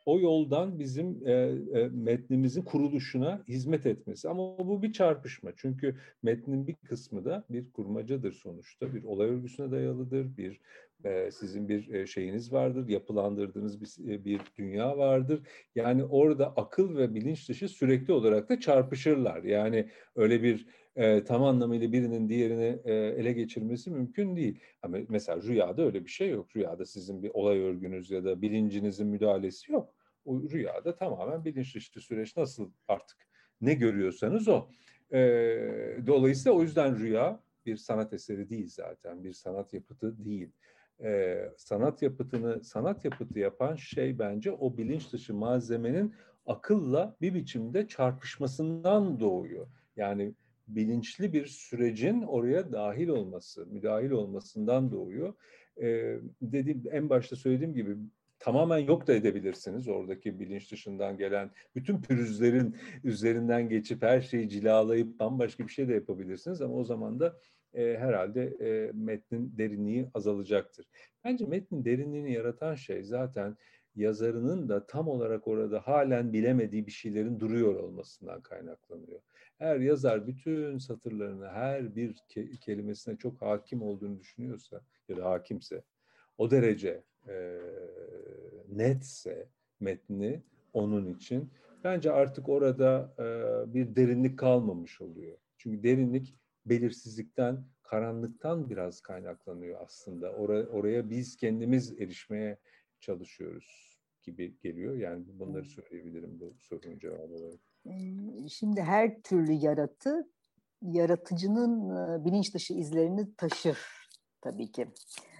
o yoldan bizim e, e, metnimizin kuruluşuna hizmet etmesi. Ama bu bir çarpışma. Çünkü metnin bir kısmı da bir kurmacadır sonuçta. Bir olay örgüsüne dayalıdır. Bir e, sizin bir e, şeyiniz vardır. Yapılandırdığınız bir, e, bir dünya vardır. Yani orada akıl ve bilinç dışı sürekli olarak da çarpışırlar. Yani öyle bir e, tam anlamıyla birinin diğerini e, ele geçirmesi mümkün değil. Ama mesela rüyada öyle bir şey yok. Rüyada sizin bir olay örgünüz ya da bilincinizin müdahalesi yok. O rüyada tamamen bilinç dışı süreç nasıl artık ne görüyorsanız o. E, dolayısıyla o yüzden rüya bir sanat eseri değil zaten. Bir sanat yapıtı değil. E, sanat yapıtını sanat yapıtı yapan şey bence o bilinç dışı malzemenin akılla bir biçimde çarpışmasından doğuyor. Yani bilinçli bir sürecin oraya dahil olması, müdahil olmasından doğuyor. Ee, dediğim, en başta söylediğim gibi tamamen yok da edebilirsiniz oradaki bilinç dışından gelen bütün pürüzlerin üzerinden geçip her şeyi cilalayıp bambaşka bir şey de yapabilirsiniz ama o zaman da e, herhalde e, metnin derinliği azalacaktır. Bence metnin derinliğini yaratan şey zaten yazarının da tam olarak orada halen bilemediği bir şeylerin duruyor olmasından kaynaklanıyor. Eğer yazar bütün satırlarını her bir ke- kelimesine çok hakim olduğunu düşünüyorsa ya da hakimse o derece e, netse metni onun için bence artık orada e, bir derinlik kalmamış oluyor. Çünkü derinlik belirsizlikten, karanlıktan biraz kaynaklanıyor aslında. Oraya, oraya biz kendimiz erişmeye çalışıyoruz gibi geliyor. Yani bunları söyleyebilirim bu sorunun cevabı olarak. Şimdi her türlü yaratı yaratıcının bilinç dışı izlerini taşır tabii ki.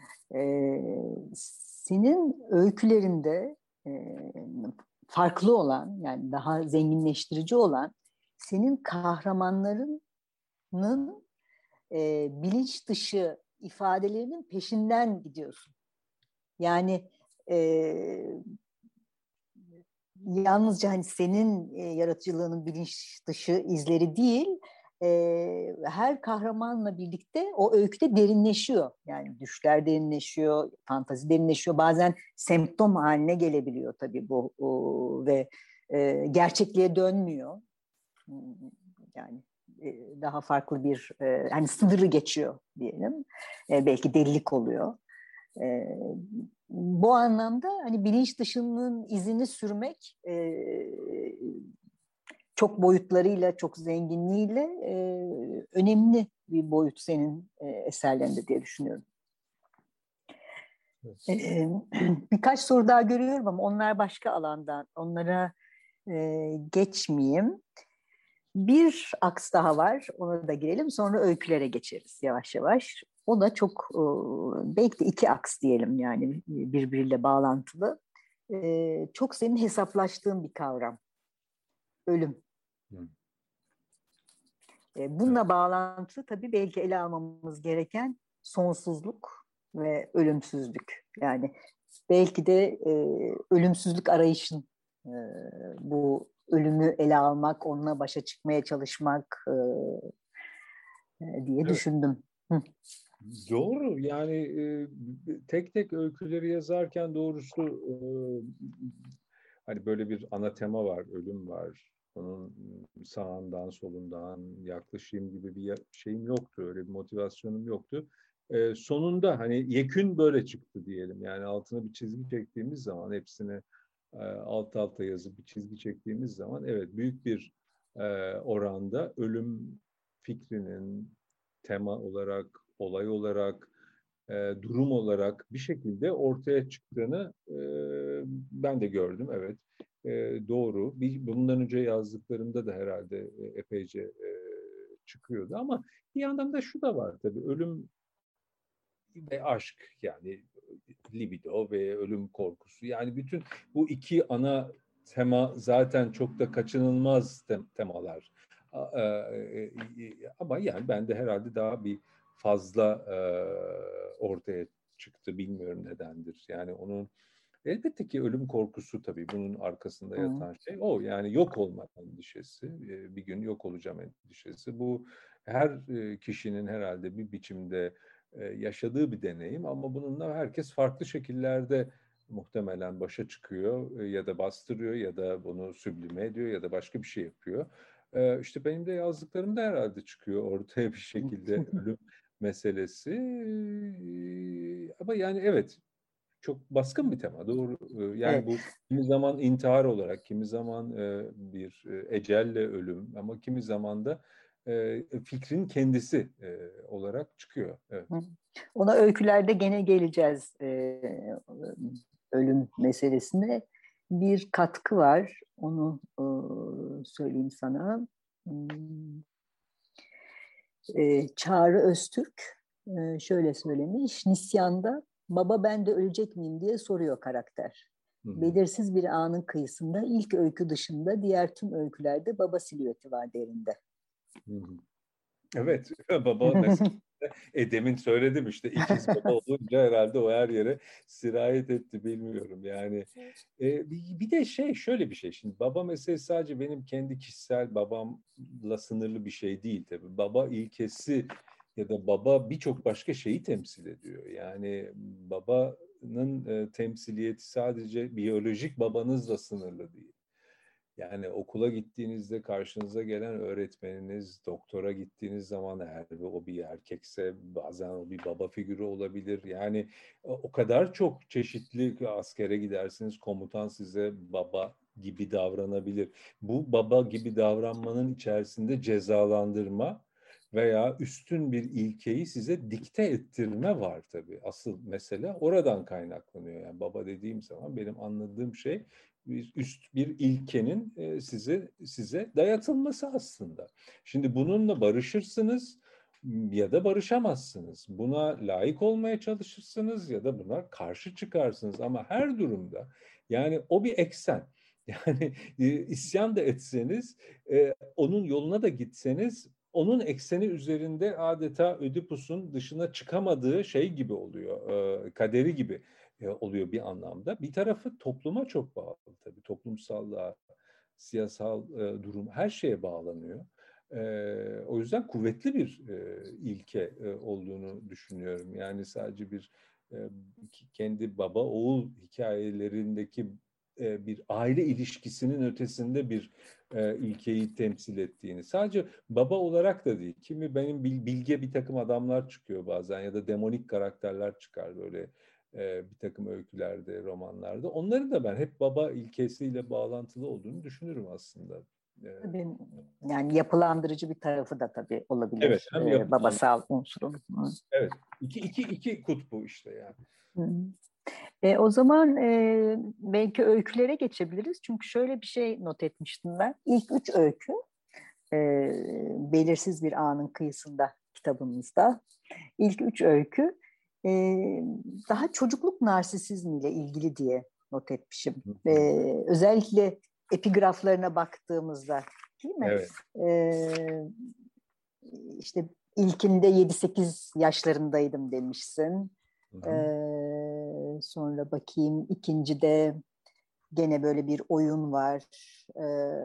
Senin öykülerinde farklı olan, yani daha zenginleştirici olan, senin kahramanlarının bilinç dışı ifadelerinin peşinden gidiyorsun. Yani e, yalnızca hani senin e, yaratıcılığının bilinç dışı izleri değil, e, her kahramanla birlikte o öyküde derinleşiyor. Yani düşler derinleşiyor, fantazi derinleşiyor. Bazen semptom haline gelebiliyor tabii bu o, ve e, gerçekliğe dönmüyor. Yani e, daha farklı bir e, hani sınırı geçiyor diyelim. E, belki delilik oluyor. E, bu anlamda hani bilinç dışının izini sürmek e, çok boyutlarıyla, çok zenginliğiyle e, önemli bir boyut senin e, eserlerinde diye düşünüyorum. Evet. E, birkaç soru daha görüyorum ama onlar başka alandan. Onlara e, geçmeyeyim. Bir aks daha var, ona da girelim. Sonra öykülere geçeriz yavaş yavaş. O da çok, belki de iki aks diyelim yani birbiriyle bağlantılı. Çok senin hesaplaştığın bir kavram. Ölüm. Hmm. Bununla evet. Bağlantılı tabii belki ele almamız gereken sonsuzluk ve ölümsüzlük. Yani belki de ölümsüzlük arayışın bu ölümü ele almak, onunla başa çıkmaya çalışmak e, diye evet. düşündüm. Hı. Doğru. Yani e, tek tek öyküleri yazarken doğrusu e, hani böyle bir ana tema var, ölüm var. Onun sağından solundan yaklaşayım gibi bir şeyim yoktu, öyle bir motivasyonum yoktu. E, sonunda hani yekün böyle çıktı diyelim. Yani altına bir çizgi çektiğimiz zaman hepsini e, alt alta yazıp bir çizgi çektiğimiz zaman evet büyük bir e, oranda ölüm fikrinin tema olarak, olay olarak, e, durum olarak bir şekilde ortaya çıktığını e, ben de gördüm. Evet, e, doğru. Bir, bundan önce yazdıklarımda da herhalde e, epeyce e, çıkıyordu. Ama bir yandan da şu da var tabii. Ölüm ve aşk, yani libido ve ölüm korkusu. Yani bütün bu iki ana tema zaten çok da kaçınılmaz tem- temalar. Ama yani ben de herhalde daha bir fazla ortaya çıktı. Bilmiyorum nedendir. Yani onun elbette ki ölüm korkusu tabii bunun arkasında yatan şey o. Yani yok olma endişesi, bir gün yok olacağım endişesi. Bu her kişinin herhalde bir biçimde yaşadığı bir deneyim ama bununla herkes farklı şekillerde muhtemelen başa çıkıyor ya da bastırıyor ya da bunu süblime ediyor ya da başka bir şey yapıyor. Ee, işte benim de yazdıklarımda herhalde çıkıyor ortaya bir şekilde ölüm meselesi. Ee, Ama yani evet, çok baskın bir tema, doğru. Ee, Yani Evet. bu kimi zaman intihar olarak, kimi zaman e, bir e, ecelle ölüm ama kimi zaman da e, fikrin kendisi e, olarak çıkıyor. Evet. Hı. Ona öykülerde gene geleceğiz, e, ölüm meselesine. Bir katkı var, onu e, söyleyeyim sana. Hmm, e, Çağrı Öztürk e, şöyle söylemiş: Nisyan'da baba ben de ölecek miyim diye soruyor karakter. Hı hı. Belirsiz bir anın kıyısında ilk öykü dışında diğer tüm öykülerde baba silüeti var derinde. Hı hı. Evet, baba mesela e, demin söyledim işte ikiz baba olunca herhalde o her yere sirayet etti, bilmiyorum yani. E, bir, bir de şey, şöyle bir şey, şimdi baba meselesi sadece benim kendi kişisel babamla sınırlı bir şey değil tabii. Baba ilkesi ya da baba birçok başka şeyi temsil ediyor. Yani babanın e, temsiliyeti sadece biyolojik babanızla sınırlı değil. Yani okula gittiğinizde karşınıza gelen öğretmeniniz, doktora gittiğiniz zaman eğer o bir erkekse bazen o bir baba figürü olabilir. Yani o kadar çok çeşitli, askere gidersiniz, komutan size baba gibi davranabilir. Bu baba gibi davranmanın içerisinde cezalandırma veya üstün bir ilkeyi size dikte ettirme var tabii. Asıl mesele oradan kaynaklanıyor. Yani baba dediğim zaman benim anladığım şey bir üst bir ilkenin e, size size dayatılması aslında. Şimdi bununla barışırsınız ya da barışamazsınız. Buna layık olmaya çalışırsınız ya da buna karşı çıkarsınız. Ama her durumda yani o bir eksen. Yani e, isyan da etseniz, e, onun yoluna da gitseniz, onun ekseni üzerinde adeta Ödipus'un dışına çıkamadığı şey gibi oluyor, e, kaderi gibi e, oluyor bir anlamda. Bir tarafı topluma çok bağlı tabii. Toplumsallığa, siyasal e, durum, her şeye bağlanıyor. E, o yüzden kuvvetli bir e, ilke e, olduğunu düşünüyorum. Yani sadece bir e, kendi baba oğul hikayelerindeki e, bir aile ilişkisinin ötesinde bir e, ilkeyi temsil ettiğini. Sadece baba olarak da değil. Kimi benim bilge bir takım adamlar çıkıyor bazen ya da demonik karakterler çıkar böyle e, bir takım öykülerde, romanlarda. Onların da ben hep baba ilkesiyle bağlantılı olduğunu düşünürüm aslında. E, Tabii, yani yapılandırıcı bir tarafı da tabii evet, olabilir, hem e, yapılan, babasal unsurun. Hı. evet, iki, iki, iki kutbu işte yani. Hı. E, o zaman e, belki öykülere geçebiliriz. Çünkü şöyle bir şey not etmiştim ben. İlk üç öykü e, belirsiz bir anın kıyısında kitabımızda. İlk üç öykü e, daha çocukluk narsisizmiyle ilgili diye not etmişim. Hı E, hı. özellikle epigraflarına baktığımızda, değil mi? Evet. E, işte ilkinde yedi sekiz yaşlarındaydım demişsin. Hı E, hı. sonra bakayım, ikincide gene böyle bir oyun var. E,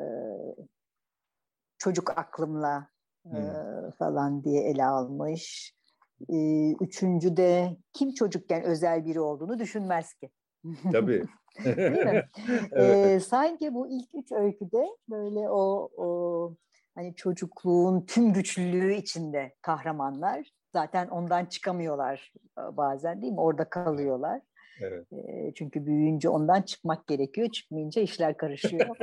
çocuk aklımla e, Hı. falan diye ele almış. E, üçüncü de kim çocukken özel biri olduğunu düşünmez ki. Tabii. Değil mi? Evet. E, sanki bu ilk üç öyküde böyle o, o hani çocukluğun tüm güçlülüğü içinde kahramanlar. Zaten ondan çıkamıyorlar bazen, değil mi? Orada kalıyorlar. Evet. E, çünkü büyüyünce ondan çıkmak gerekiyor. Çıkmayınca işler karışıyor.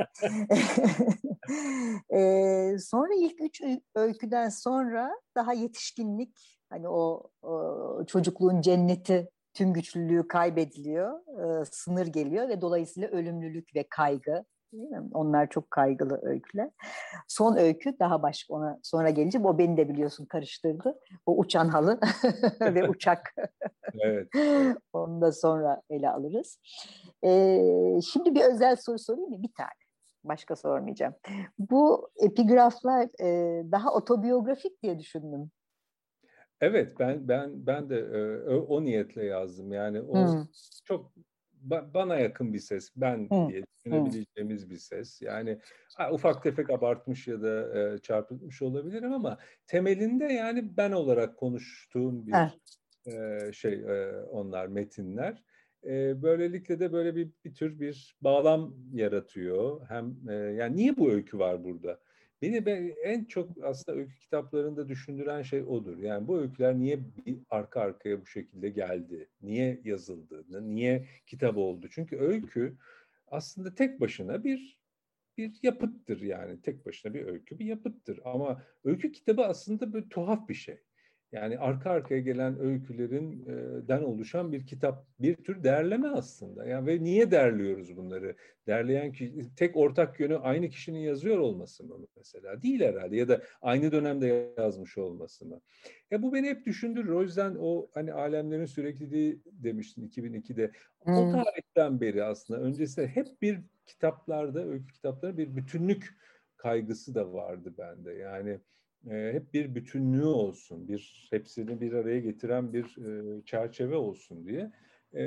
e, sonra ilk üç öyküden sonra daha yetişkinlik, hani o, o çocukluğun cenneti, tüm güçlülüğü kaybediliyor, e, sınır geliyor ve dolayısıyla ölümlülük ve kaygı. Değil mi? Onlar çok kaygılı öyküler. Son öykü daha başka, ona sonra gelince o beni de biliyorsun karıştırdı. O uçan halı ve uçak. Evet. Evet. Onu da sonra ele alırız. Ee, şimdi bir özel soru sorayım mı? Bir tane. Başka sormayacağım. Bu epigraflar e, daha otobiyografik diye düşündüm. Evet, ben ben ben de e, o, o niyetle yazdım. Yani o Hmm, çok ba- bana yakın bir ses, ben hmm, diye hmm. düşünebileceğimiz bir ses. Yani ha, ufak tefek abartmış ya da e, çarpıtmış olabilirim ama temelinde yani ben olarak konuştuğum Ha, bir e, şey, e, onlar metinler. E, böylelikle de böyle bir, bir tür bir bağlam yaratıyor. Hem e, yani niye bu öykü var burada? Beni ben, en çok aslında öykü kitaplarında düşündüren şey odur. Yani bu öyküler niye bir arka arkaya bu şekilde geldi? Niye yazıldı? Niye kitap oldu? Çünkü öykü aslında tek başına bir bir yapıttır yani. Tek başına bir öykü bir yapıttır. Ama öykü kitabı aslında böyle tuhaf bir şey. Yani arka arkaya gelen öykülerin e, den oluşan bir kitap, bir tür derleme aslında. Yani ve niye derliyoruz bunları? Derleyen kişi, tek ortak yönü aynı kişinin yazıyor olması mı mesela? Değil herhalde. Ya da aynı dönemde yazmış olması mı? Ya bu beni hep düşündürür. O yüzden o hani alemlerin sürekliliği demiştin iki bin ikide. O Hmm. tarihten beri aslında öncesinde hep bir kitaplarda, öykü kitapları bir bütünlük kaygısı da vardı bende. Yani e, hep bir bütünlüğü olsun, bir hepsini bir araya getiren bir e, çerçeve olsun diye. E,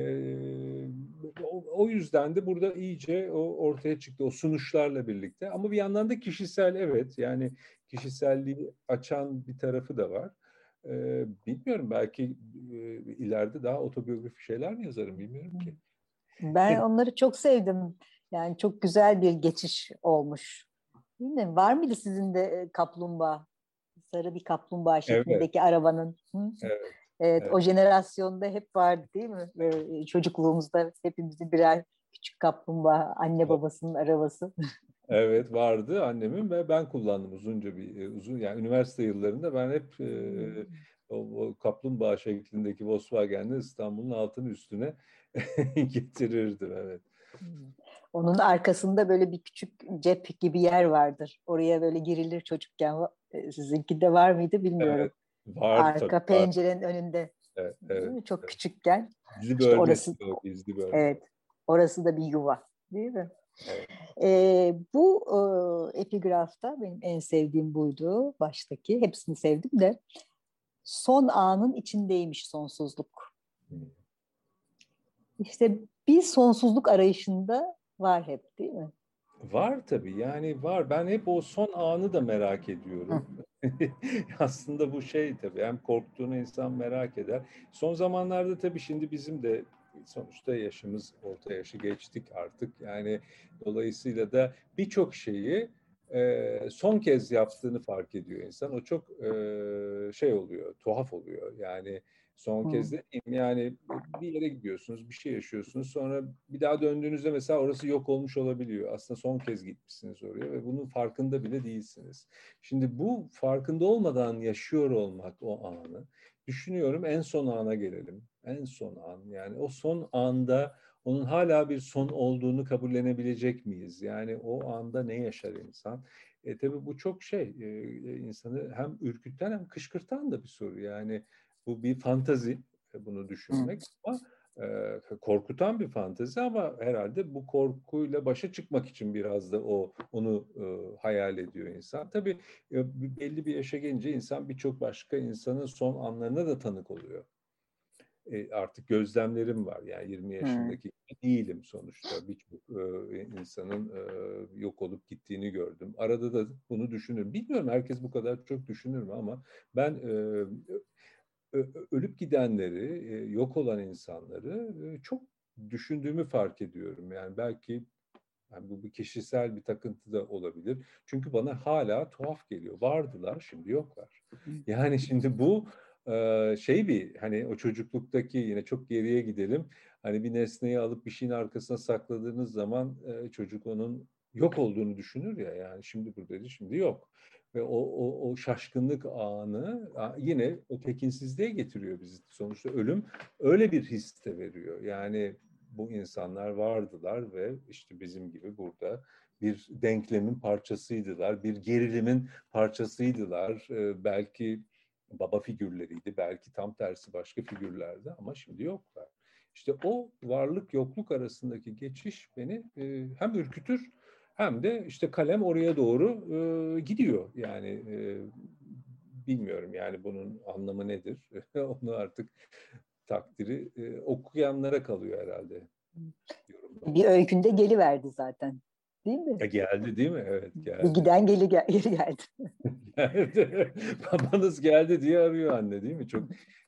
o, o yüzden de burada iyice o ortaya çıktı o sunuşlarla birlikte. Ama bir yandan da kişisel, evet, yani kişiselliği açan bir tarafı da var. E, bilmiyorum, belki e, ileride daha otobiyografik şeyler mi yazarım, bilmiyorum ki. Ben onları çok sevdim. Yani çok güzel bir geçiş olmuş. Değil mi? Var mıydı sizin de e, kaplumbağa? Sarı bir kaplumbağa Evet, şeklindeki arabanın. Hı? evet, Evet, evet. o jenerasyonda hep vardı değil mi? Böyle çocukluğumuzda hepimizin birer küçük kaplumbağa, anne babasının arabası. Evet, vardı annemin ve ben kullandım uzunca bir e, uzun, yani üniversite yıllarında ben hep e, o, o kaplumbağa şeklindeki Volkswagen'le İstanbul'un altını üstüne getirirdim, evet. Onun arkasında böyle bir küçük cep gibi yer vardır. Oraya böyle girilir çocukken. E, Sizinkinde var mıydı bilmiyorum. Evet, var tabii, Arka var. pencerenin önünde. Evet, Değil evet, mi? Çok evet. küçükken. Gizli İşte bölmesi, orası, o gizli bölme. evet, orası da bir yuva. Değil mi? Evet. Ee, bu e, epigrafta benim en sevdiğim buydu. Baştaki. Hepsini sevdim de. Son anın içindeymiş sonsuzluk. İşte bir sonsuzluk arayışında var hep, değil mi? Var tabii, yani var. Ben hep o son anı da merak Hı. ediyorum. Aslında bu şey tabii, hem korktuğunu insan merak eder. Son zamanlarda tabii şimdi bizim de sonuçta yaşımız, orta yaşı geçtik artık. Yani dolayısıyla da birçok şeyi e, son kez yaptığını fark ediyor insan. O çok e, şey oluyor, tuhaf oluyor. Yani son Hı. kez de yani bir yere gidiyorsunuz, bir şey yaşıyorsunuz. Sonra bir daha döndüğünüzde mesela orası yok olmuş olabiliyor. Aslında son kez gitmişsiniz oraya ve bunun farkında bile değilsiniz. Şimdi bu farkında olmadan yaşıyor olmak o anı. Düşünüyorum, en son ana gelelim. En son an, yani o son anda onun hala bir son olduğunu kabullenebilecek miyiz? Yani o anda ne yaşar insan? E, tabii bu çok şey, e, insanı hem ürküten hem kışkırtan da bir soru. Yani bu bir fantazi, bunu Hı. düşünmek, ama e, korkutan bir fantezi, ama herhalde bu korkuyla başa çıkmak için biraz da o onu e, hayal ediyor insan. Tabii e, belli bir yaşa gelince insan birçok başka insanın son anlarına da tanık oluyor. E, artık gözlemlerim var. Yani yirmi Hı. yaşındaki değilim sonuçta. Birçok e, insanın e, yok olup gittiğini gördüm. Arada da bunu düşünürüm. Bilmiyorum herkes bu kadar çok düşünür mü, ama ben e, ölüp gidenleri, yok olan insanları çok düşündüğümü fark ediyorum. Yani belki yani bu bir kişisel bir takıntı da olabilir. Çünkü bana hala tuhaf geliyor. Vardılar, şimdi yoklar. Yani şimdi bu şey, bir hani o çocukluktaki, yine çok geriye gidelim. Hani bir nesneyi alıp bir şeyin arkasına sakladığınız zaman çocuk onun yok olduğunu düşünür ya. Yani şimdi buradaydı, şimdi yok. Ve o, o, o şaşkınlık anı yine o tekinsizliğe getiriyor bizi. Sonuçta ölüm öyle bir his de veriyor. Yani bu insanlar vardılar ve işte bizim gibi burada bir denklemin parçasıydılar, bir gerilimin parçasıydılar. Ee, belki baba figürleriydi, belki tam tersi başka figürlerdi, ama şimdi yoklar. İşte o varlık yokluk arasındaki geçiş beni e, hem ürkütür hem de işte kalem oraya doğru e, gidiyor. Yani e, bilmiyorum yani bunun anlamı nedir? Onu artık takdiri e, okuyanlara kalıyor herhalde yorumlamak. Bir öykünde geliverdi zaten. Değil mi? E geldi değil mi? Evet, Bir geldi. giden geli gel geri geldi. Geldi. Babanız geldi diye arıyor anne, değil mi? Çok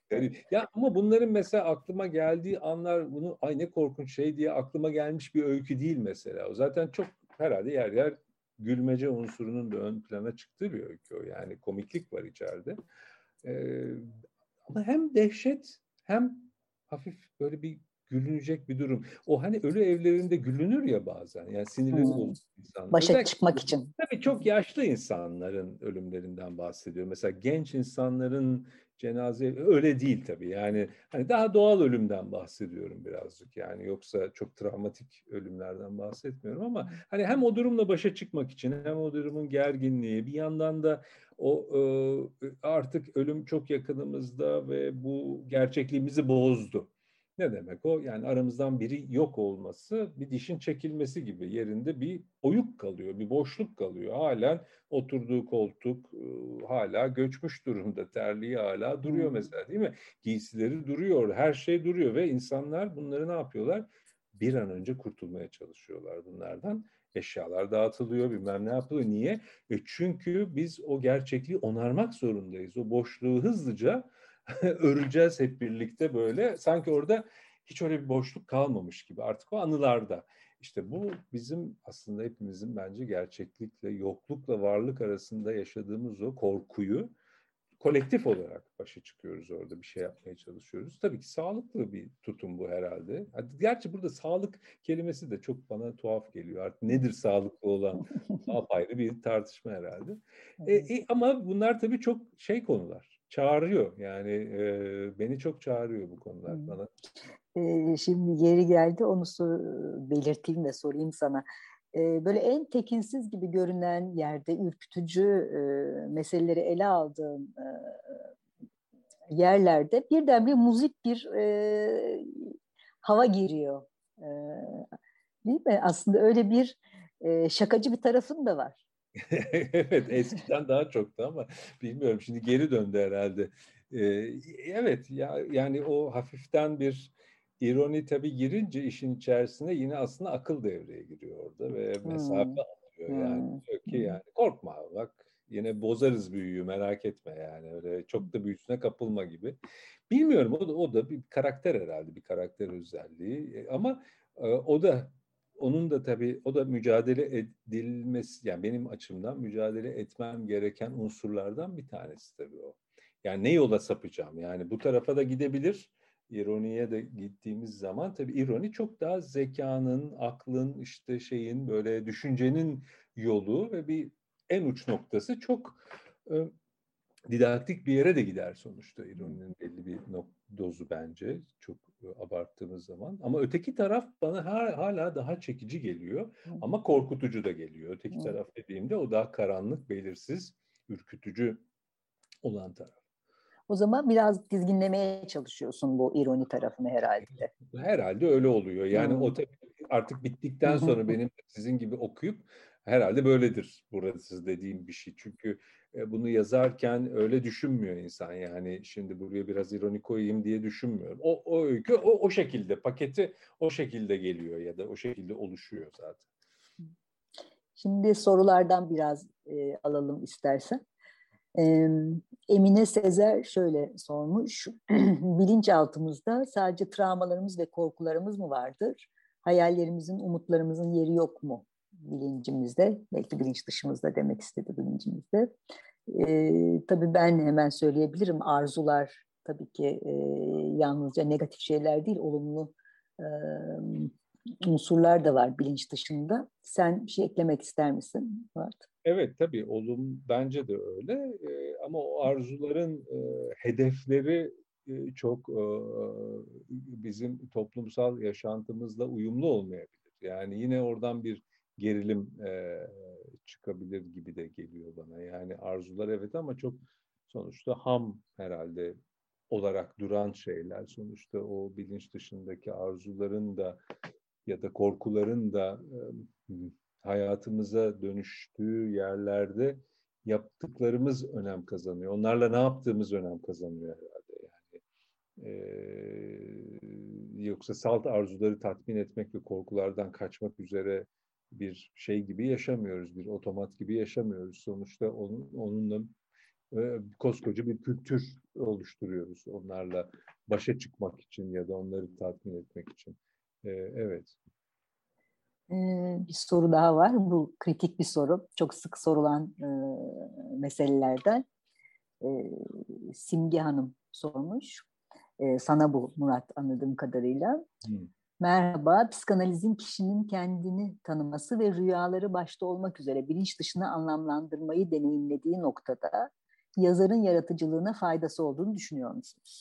Yani, ya ama bunların mesela aklıma geldiği anlar, bunu ay ne korkunç şey diye aklıma gelmiş bir öykü değil mesela. O zaten çok herhalde yer yer gülmece unsurunun da ön plana çıktığı bir öykü o. Yani komiklik var içeride. Ee, Ama hem dehşet hem hafif böyle bir gülünecek bir durum. O hani ölü evlerinde gülünür ya bazen. Yani sinirleri Hmm. bozuk insan. Başa Özellikle çıkmak için. tabii çok yaşlı insanların ölümlerinden bahsediyor. Mesela genç insanların cenaze öyle değil tabii. Yani hani daha doğal ölümden bahsediyorum birazcık. Yani yoksa çok travmatik ölümlerden bahsetmiyorum ama hani hem o durumla başa çıkmak için hem o durumun gerginliği, bir yandan da o e, artık ölüm çok yakınımızda ve bu gerçekliğimizi bozdu. Ne demek o? Yani aramızdan biri yok olması bir dişin çekilmesi gibi, yerinde bir oyuk kalıyor, bir boşluk kalıyor. Halen oturduğu koltuk e, hala göçmüş durumda, terliği hala duruyor Hmm. mesela, değil mi? Giysileri duruyor, her şey duruyor ve insanlar bunları ne yapıyorlar? Bir an önce kurtulmaya çalışıyorlar bunlardan. Eşyalar dağıtılıyor, bilmem ne yapılıyor. Niye? E çünkü biz o gerçekliği onarmak zorundayız. O boşluğu hızlıca öreceğiz hep birlikte böyle. Sanki orada hiç öyle bir boşluk kalmamış gibi. Artık o anılarda. İşte bu bizim aslında hepimizin bence gerçeklikle, yoklukla varlık arasında yaşadığımız o korkuyu kolektif olarak başa çıkıyoruz orada. Bir şey yapmaya çalışıyoruz. Tabii ki sağlıklı bir tutum bu herhalde. Gerçi burada sağlık kelimesi de çok bana tuhaf geliyor. Artık nedir sağlıklı olan? Apayrı bir tartışma herhalde. E, e, ama bunlar tabii çok şey konular. Çağırıyor. Yani e, beni çok çağırıyor bu konular bana. Ee, şimdi yeri geldi, onu sor, belirteyim ve sorayım sana. Ee, böyle en tekinsiz gibi görünen yerde ürkütücü e, meseleleri ele aldığın e, yerlerde birdenbire muzip bir e, hava giriyor. E, Değil mi? Aslında öyle bir e, şakacı bir tarafın da var. Evet, eskiden daha çoktu ama bilmiyorum, şimdi geri döndü herhalde. Ee, evet ya, yani o hafiften bir ironi tabii girince işin içerisine, yine aslında akıl devreye giriyor orada ve Hmm, mesafe alıyor. Yani hmm, diyor ki hmm, yani korkma bak, yine bozarız büyüyü, merak etme, yani öyle çok da büyüsüne kapılma gibi. Bilmiyorum, o da, o da bir karakter herhalde, bir karakter özelliği. E, ama e, o da, onun da tabii, o da mücadele edilmesi, yani benim açımdan mücadele etmem gereken unsurlardan bir tanesi tabii o. Yani ne yola sapacağım? Yani bu tarafa da gidebilir. İroniye de gittiğimiz zaman tabii ironi çok daha zekanın, aklın, işte şeyin, böyle düşüncenin yolu ve bir en uç noktası, çok e, didaktik bir yere de gider sonuçta ironinin belli bir dozu bence, çok abarttığımız zaman. Ama öteki taraf bana hala daha çekici geliyor hmm, ama korkutucu da geliyor. Öteki hmm. taraf dediğimde o daha karanlık, belirsiz, ürkütücü olan taraf. O zaman biraz dizginlemeye çalışıyorsun bu ironi tarafını herhalde. Herhalde öyle oluyor. Yani o Hmm. tabii artık Hı bittikten hı. sonra benim sizin gibi okuyup herhalde böyledir burası dediğim bir şey. Çünkü e, bunu yazarken öyle düşünmüyor insan. Yani şimdi buraya biraz ironi koyayım diye düşünmüyorum. O, o öykü o, o şekilde, paketi o şekilde geliyor ya da o şekilde oluşuyor zaten. Şimdi sorulardan biraz e, alalım istersen. E, Emine Sezer şöyle sormuş. Bilinçaltımızda sadece travmalarımız ve korkularımız mı vardır? Hayallerimizin, umutlarımızın yeri yok mu bilincimizde? Belki bilinç dışımızda demek istedi, bilincimizde. E, tabii ben hemen söyleyebilirim. Arzular tabii ki e, yalnızca negatif şeyler değil, olumlu e, unsurlar da var bilinç dışında. Sen bir şey eklemek ister misin Murat? Evet, tabii olum bence de öyle. Ee, ama o arzuların e, hedefleri e, çok e, bizim toplumsal yaşantımızla uyumlu olmayabilir. Yani yine oradan bir gerilim e, çıkabilir gibi de geliyor bana. Yani arzular evet, ama çok sonuçta ham herhalde olarak duran şeyler. Sonuçta o bilinç dışındaki arzuların da ya da korkuların da e, hayatımıza dönüştüğü yerlerde yaptıklarımız önem kazanıyor. Onlarla ne yaptığımız önem kazanıyor herhalde. Yani ee, yoksa salt arzuları tatmin etmek ve korkulardan kaçmak üzere bir şey gibi yaşamıyoruz, bir otomat gibi yaşamıyoruz. Sonuçta onun, onunla e, koskoca bir kültür oluşturuyoruz onlarla başa çıkmak için ya da onları tatmin etmek için. E, evet. Ee, bir soru daha var. Bu kritik bir soru. Çok sık sorulan e, meselelerden. Ee, Simge Hanım sormuş. Ee, sana bu Murat, anladığım kadarıyla. Hmm. Merhaba, psikanalizin kişinin kendini tanıması ve rüyaları başta olmak üzere bilinç dışına anlamlandırmayı deneyimlediği noktada yazarın yaratıcılığına faydası olduğunu düşünüyor musunuz?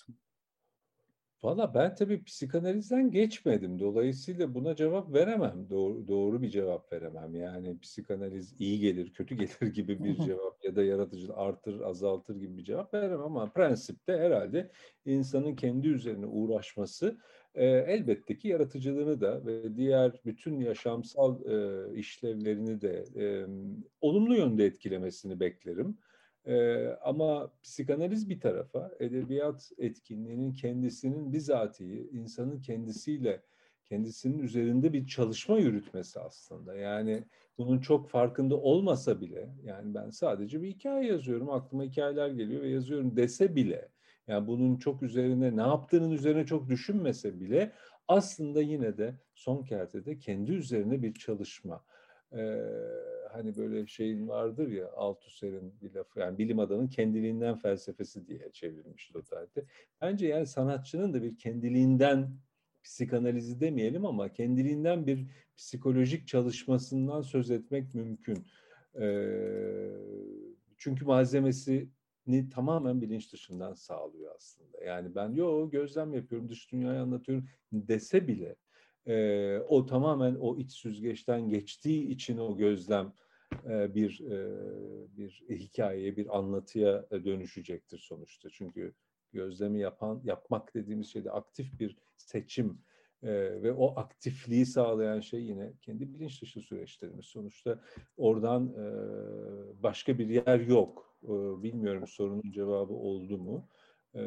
Valla ben tabii psikanalizden geçmedim. Dolayısıyla buna cevap veremem. Doğru, doğru bir cevap veremem. Yani psikanaliz iyi gelir, kötü gelir gibi bir cevap ya da yaratıcılığı artır, azaltır gibi bir cevap veremem. Ama prensipte herhalde insanın kendi üzerine uğraşması e, elbette ki yaratıcılığını da ve diğer bütün yaşamsal e, işlevlerini de e, olumlu yönde etkilemesini beklerim. Ee, ama psikanaliz bir tarafa, edebiyat etkinliğinin kendisinin bizatihi insanın kendisiyle, kendisinin üzerinde bir çalışma yürütmesi aslında. Yani bunun çok farkında olmasa bile, yani ben sadece bir hikaye yazıyorum, aklıma hikayeler geliyor ve yazıyorum dese bile, yani bunun çok üzerine, ne yaptığının üzerine çok düşünmese bile, aslında yine de son kertede kendi üzerine bir çalışma. Ee, hani böyle şeyin vardır ya, Althusser'in bir lafı, yani bilim adamının kendiliğinden felsefesi diye çevrilmişti o tarihte. Bence yani sanatçının da bir kendiliğinden, psikanalizi demeyelim ama kendiliğinden bir psikolojik çalışmasından söz etmek mümkün. Ee, çünkü malzemesini tamamen bilinç dışından sağlıyor aslında. Yani ben yo gözlem yapıyorum, dış dünyayı anlatıyorum dese bile e, o tamamen o iç süzgeçten geçtiği için o gözlem e, bir e, bir hikayeye, bir anlatıya dönüşecektir sonuçta. Çünkü gözlemi yapan, yapmak dediğimiz şeyde aktif bir seçim e, ve o aktifliği sağlayan şey yine kendi bilinç dışı süreçlerimiz. Sonuçta oradan e, başka bir yer yok. E, bilmiyorum sorunun cevabı oldu mu? E,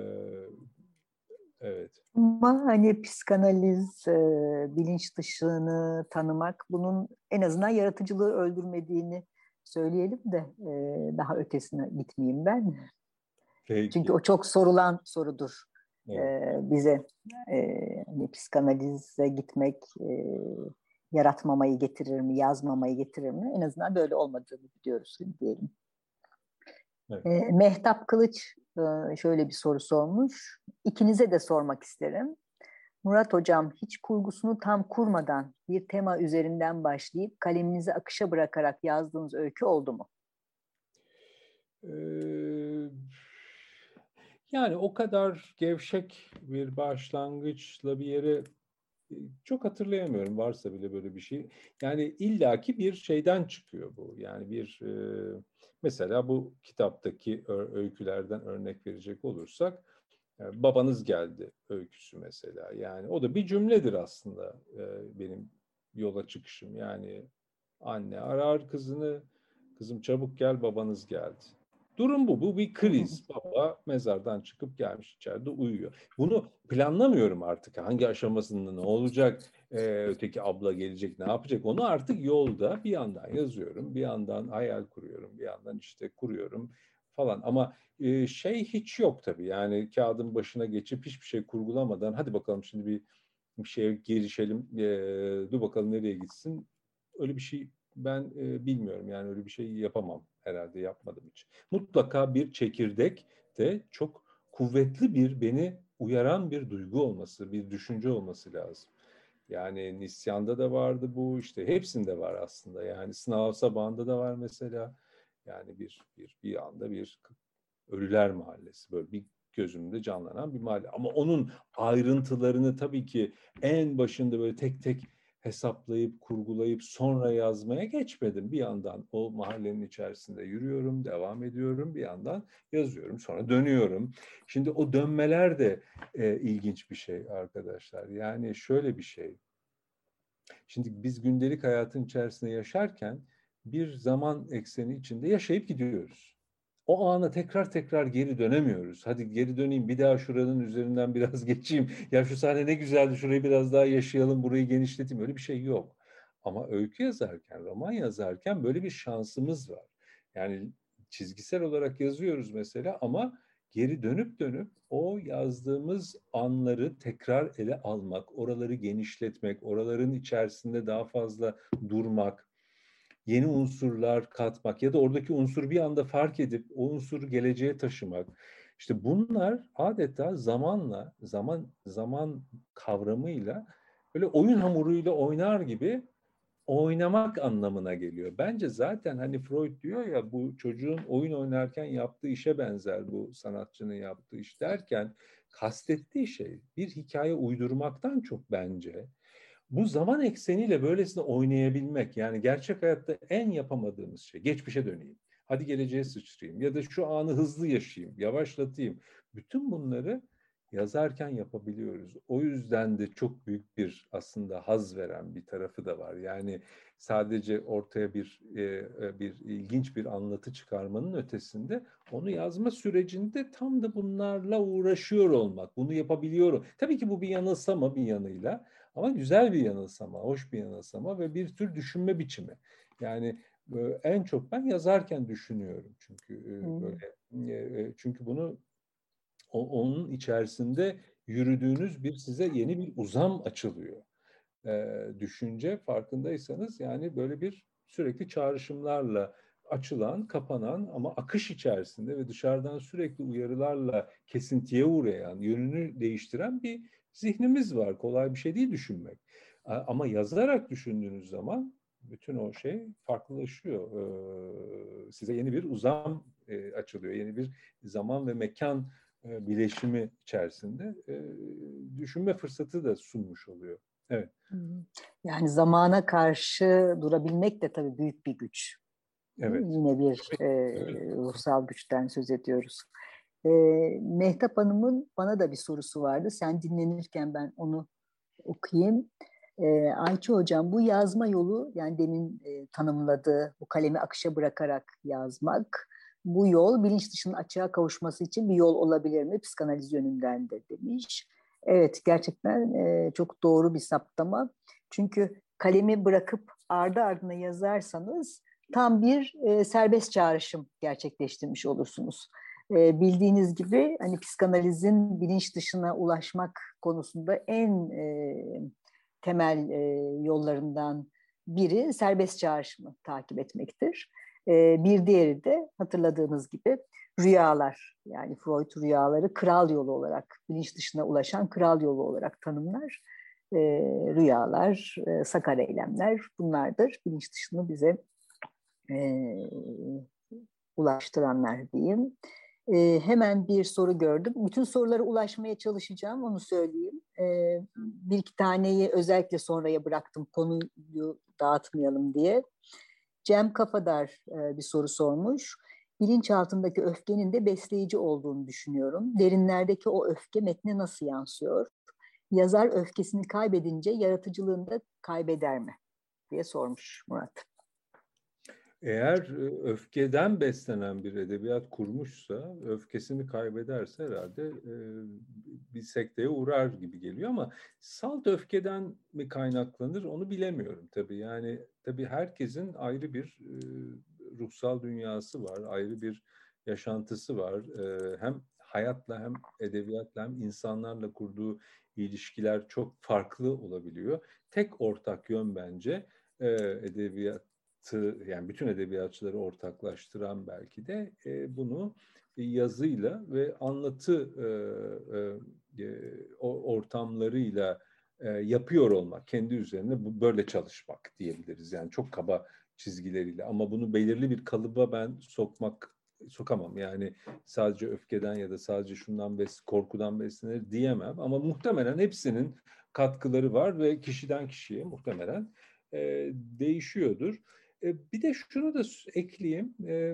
evet. Ama hani psikanaliz, e, bilinç dışını tanımak, bunun en azından yaratıcılığı öldürmediğini söyleyelim de e, daha ötesine gitmeyeyim ben. Çünkü Peki. o çok sorulan sorudur e, Evet. bize. E, hani psikanalize gitmek e, yaratmamayı getirir mi, yazmamayı getirir mi? En azından böyle olmadığını biliyoruz diyelim. Evet. E, Mehtap Kılıç e, şöyle bir soru sormuş. İkinize de sormak isterim. Murat Hocam, hiç kurgusunu tam kurmadan bir tema üzerinden başlayıp kaleminizi akışa bırakarak yazdığınız öykü oldu mu? Ee, yani o kadar gevşek bir başlangıçla bir yere e, çok hatırlayamıyorum, varsa bile böyle bir şey. Yani illaki bir şeyden çıkıyor bu. Yani bir e, mesela bu kitaptaki ö- öykülerden örnek verecek olursak e, babanız geldi öyküsü mesela. Yani o da bir cümledir aslında e, benim yola çıkışım. Yani anne arar kızını, kızım çabuk gel babanız geldi. Durum bu. Bu bir kriz. Baba mezardan çıkıp gelmiş, içeride uyuyor. Bunu planlamıyorum artık. Hangi aşamasında ne olacak? Ee, öteki abla gelecek, ne yapacak? Onu artık yolda bir yandan yazıyorum, bir yandan hayal kuruyorum, bir yandan işte kuruyorum falan. Ama e, şey hiç yok tabii. Yani kağıdın başına geçip hiçbir şey kurgulamadan hadi bakalım şimdi bir, bir şeye girişelim. E, dur bakalım nereye gitsin. Öyle bir şey ben e, bilmiyorum. Yani öyle bir şey yapamam herhalde, yapmadım hiç. Mutlaka bir çekirdek de çok kuvvetli bir beni uyaran bir duygu olması, bir düşünce olması lazım. Yani Nisyan'da da vardı bu, işte hepsinde var aslında. Yani Sınav Sabahı'nda da var mesela. Yani bir bir bir anda bir Ölüler Mahallesi, böyle bir gözümde canlanan bir mahalle. Ama onun ayrıntılarını tabii ki en başında böyle tek tek hesaplayıp, kurgulayıp sonra yazmaya geçmedim. Bir yandan o mahallenin içerisinde yürüyorum, devam ediyorum. Bir yandan yazıyorum, sonra dönüyorum. Şimdi o dönmeler de e, ilginç bir şey arkadaşlar. Yani şöyle bir şey. Şimdi biz gündelik hayatın içerisinde yaşarken bir zaman ekseni içinde yaşayıp gidiyoruz. O ana tekrar tekrar geri dönemiyoruz. Hadi geri döneyim, bir daha şuranın üzerinden biraz geçeyim. Ya şu sahne ne güzeldi, şurayı biraz daha yaşayalım, burayı genişleteyim. Öyle bir şey yok. Ama öykü yazarken, roman yazarken böyle bir şansımız var. Yani çizgisel olarak yazıyoruz mesela ama geri dönüp dönüp o yazdığımız anları tekrar ele almak, oraları genişletmek, oraların içerisinde daha fazla durmak, yeni unsurlar katmak ya da oradaki unsuru bir anda fark edip o unsuru geleceğe taşımak. İşte bunlar adeta zamanla, zaman zaman kavramıyla böyle oyun hamuruyla oynar gibi oynamak anlamına geliyor. Bence zaten hani Freud diyor ya bu çocuğun oyun oynarken yaptığı işe benzer bu sanatçının yaptığı iş derken kastettiği şey bir hikaye uydurmaktan çok bence bu zaman ekseniyle böylesine oynayabilmek. Yani gerçek hayatta en yapamadığımız şey geçmişe döneyim. Hadi geleceğe sıçrayayım ya da şu anı hızlı yaşayayım, yavaşlatayım. Bütün bunları yazarken yapabiliyoruz. O yüzden de çok büyük bir aslında haz veren bir tarafı da var. Yani sadece ortaya bir e, bir ilginç bir anlatı çıkarmanın ötesinde onu yazma sürecinde tam da bunlarla uğraşıyor olmak. Bunu yapabiliyorum. Tabii ki bu bir yanılsama bir yanıyla ama güzel bir yanılsama, hoş bir yanılsama ve bir tür düşünme biçimi. Yani en çok ben yazarken düşünüyorum çünkü böyle çünkü bunu onun içerisinde yürüdüğünüz bir size yeni bir uzam açılıyor. Ee, düşünce farkındaysanız yani böyle bir sürekli çağrışımlarla açılan, kapanan ama akış içerisinde ve dışarıdan sürekli uyarılarla kesintiye uğrayan, yönünü değiştiren bir zihnimiz var. Kolay bir şey değil düşünmek. Ama yazarak düşündüğünüz zaman bütün o şey farklılaşıyor. Ee, size yeni bir uzam e, açılıyor. Yeni bir zaman ve mekan e, bileşimi içerisinde e, düşünme fırsatı da sunmuş oluyor. Evet. Yani zamana karşı durabilmek de tabii büyük bir güç. Evet. Yine bir e, Evet. ruhsal güçten söz ediyoruz. E, Mehtap Hanım'ın bana da bir sorusu vardı. Sen dinlenirken ben onu okuyayım. E, Ayça Hocam, bu yazma yolu, yani demin e, tanımladığı bu kalemi akışa bırakarak yazmak, bu yol bilinç dışının açığa kavuşması için bir yol olabilir mi? Psikanaliz yönünden de demiş. Evet, gerçekten e, çok doğru bir saptama. Çünkü kalemi bırakıp ardı ardına yazarsanız tam bir e, serbest çağrışım gerçekleştirmiş olursunuz. E, bildiğiniz gibi hani psikanalizin bilinç dışına ulaşmak konusunda en e, temel e, yollarından biri serbest çağrışımı takip etmektir. E, bir diğeri de hatırladığınız gibi rüyalar. Yani Freud rüyaları kral yolu olarak, bilinç dışına ulaşan kral yolu olarak tanımlar. E, rüyalar, e, sakar eylemler bunlardır. Bilinç dışını bize e, ulaştıranlar diyeyim. E, hemen bir soru gördüm. Bütün sorulara ulaşmaya çalışacağım, onu söyleyeyim. E, bir iki taneyi özellikle sonraya bıraktım, konuyu dağıtmayalım diye. Cem Kafadar e, bir soru sormuş. Bilinçaltındaki öfkenin de besleyici olduğunu düşünüyorum. Derinlerdeki o öfke metne nasıl yansıyor? Yazar öfkesini kaybedince yaratıcılığını da kaybeder mi diye sormuş Murat. Eğer öfkeden beslenen bir edebiyat kurmuşsa, öfkesini kaybederse herhalde e, bir sekteye uğrar gibi geliyor ama salt öfkeden mi kaynaklanır onu bilemiyorum tabii. Yani tabii herkesin ayrı bir e, ruhsal dünyası var, ayrı bir yaşantısı var. E, hem hayatla hem edebiyatla hem insanlarla kurduğu ilişkiler çok farklı olabiliyor. Tek ortak yön bence e, edebiyat yani bütün edebiyatçıları ortaklaştıran belki de e, bunu yazıyla ve anlatı e, e, o ortamlarıyla e, yapıyor olmak, kendi üzerine bu böyle çalışmak diyebiliriz. Yani çok kaba çizgileriyle ama bunu belirli bir kalıba ben sokmak sokamam. Yani sadece öfkeden ya da sadece şundan bes korkudan beslenir diyemem ama muhtemelen hepsinin katkıları var ve kişiden kişiye muhtemelen e, değişiyordur. Bir de şunu da ekleyeyim.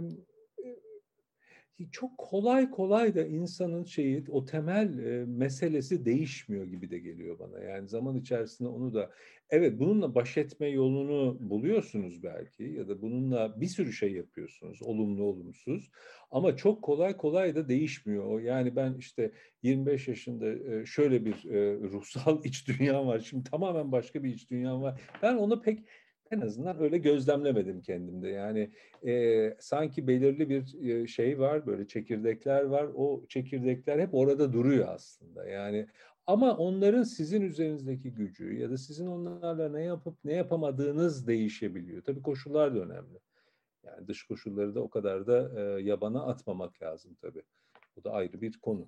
Çok kolay kolay da insanın şeyi o temel meselesi değişmiyor gibi de geliyor bana. Yani zaman içerisinde onu da evet bununla baş etme yolunu buluyorsunuz belki ya da bununla bir sürü şey yapıyorsunuz olumlu olumsuz ama çok kolay kolay da değişmiyor. O yani ben işte yirmi beş yaşında şöyle bir ruhsal iç dünyam var. Şimdi tamamen başka bir iç dünyam var. Ben ona pek En azından öyle gözlemlemedim kendimde. Yani e, sanki belirli bir e, şey var, böyle çekirdekler var. O çekirdekler hep orada duruyor aslında. Yani ama onların sizin üzerinizdeki gücü ya da sizin onlarla ne yapıp ne yapamadığınız değişebiliyor. Tabii koşullar da önemli. Yani dış koşulları da o kadar da e, yabana atmamak lazım tabii. Bu da ayrı bir konu.